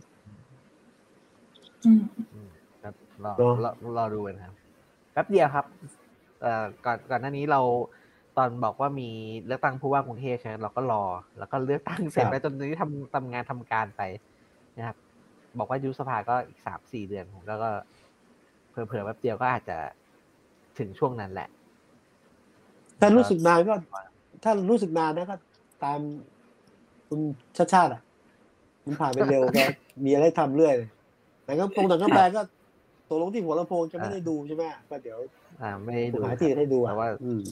ครับรอดูกันครับแป๊บเดียวครับก่อนหน้านี้เราตอนบอกว่ามีเลือกตั้งผู้ว่ากรุงเทพใช่ไหมเราก็รอแล้วก็เลือกตั้งเสร็จไปจนนี้ทำงานทำการไปนะครับบอกว่ายุบสภาก็อีก 3-4 เดือนผมก็เผลอๆแป๊บเดียวก็อาจจะถึงช่วงนั้นแหละถ้ารู้สึกนานก็ก็ตามคุณชาติมันผ่านไปเร็วก็มีอะไรทำเรื่อยเลยแต่ก็ตรงแต่ก็แปลก็ตกลงที่หัวลำโพงจะไม่ได้ดูใช่ไหมก็เดี๋ยวไม่ได้ดูหาที่ให้ดูว่า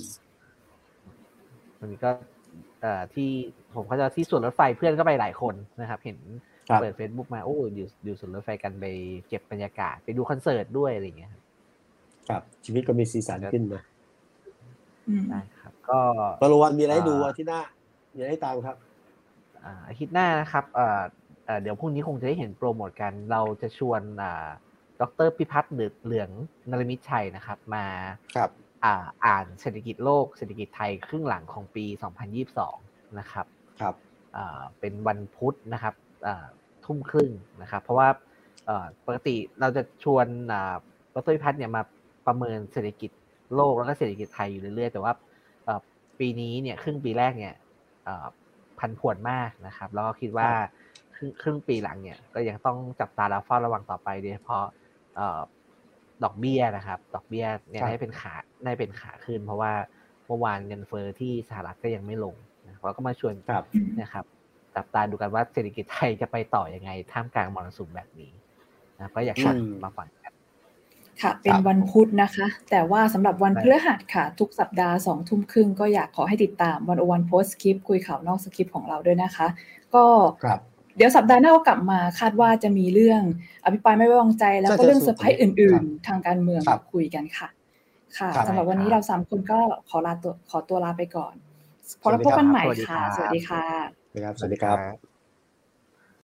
มันก็ที่ผมเขาจะที่สวนรถไฟเพื่อนก็ไปหลายคนนะครับเห็นเปิด Facebook มาโอ้อยู่สวนรถไฟกันไปเก็บบรรยากาศไปดูคอนเสิร์ตด้วยอะไรอย่างเงี้ยครับชีวิตก็มีสีสันขึ้นนะได้ครับก็ตลอดมีอะไรให้ดูอาทิตย์หน้ามีอะไรให้ตามครับอาทิตย์หน้านะครับเดี๋ยวพรุ่งนี้คงจะได้เห็นโปรโมทกันเราจะชวนดร.พิพัฒน์เหลืองนรมิตรชัยนะครับมาอ่านเศรษฐกิจโลกเศรษฐกิจไทยครึ่งหลังของปี2022นะครับเป็นวันพุธนะครับทุ่มครึ่งนะครับเพราะว่าปกติเราจะชวนดร.พิพัฒน์เนี่ยมาประเมินเศรษฐกิจโลกแล้วก็เศรษฐกิจไทยอยู่เรื่อยๆแต่ว่าปีนี้เนี่ยครึ่งปีแรกเนี่ยผันผวนมากนะครับแล้วก็คิดว่าครึ่งปีหลังเนี่ยก็ยังต้องจับตาและเฝ้าระวังต่อไปโดยเฉพาะดอกเบี้ยนะครับดอกเบี้ยเนี่ยได้เป็นขาขึ้นเพราะว่าเมื่อวานเงินเฟ้อที่สหรัฐก็ยังไม่ลงนะเราก็มาชวนนะครับจับตาดูกันว่าเศรษฐกิจไทยจะไปต่อยังไงท่ามกลางมรสุมแบบนี้นะก็อยากมาฟังกันค่ะเป็นวันพุธนะคะแต่ว่าสำหรับวันพฤหัสค่ะทุกสัปดาห์ 20:30 น.ก็อยากขอให้ติดตาม101 Post Script คุยข่าวนอกสคริปต์ของเราด้วยนะคะก็เดี๋ยวสัปดาห์หน้าก็กลับมาคาดว่าจะมีเรื่องอภิปรายไม่ไว้วางใจแล้วก็เรื่องเซอร์ไพรส์อื่นๆทางการเมืองมาคุยกันค่ะสำหรับวันนี้เรา3คนก็ขอตัวลาไปก่อนพบกันใหม่ค่ะสวัสดีค่ะสวัสดีครับ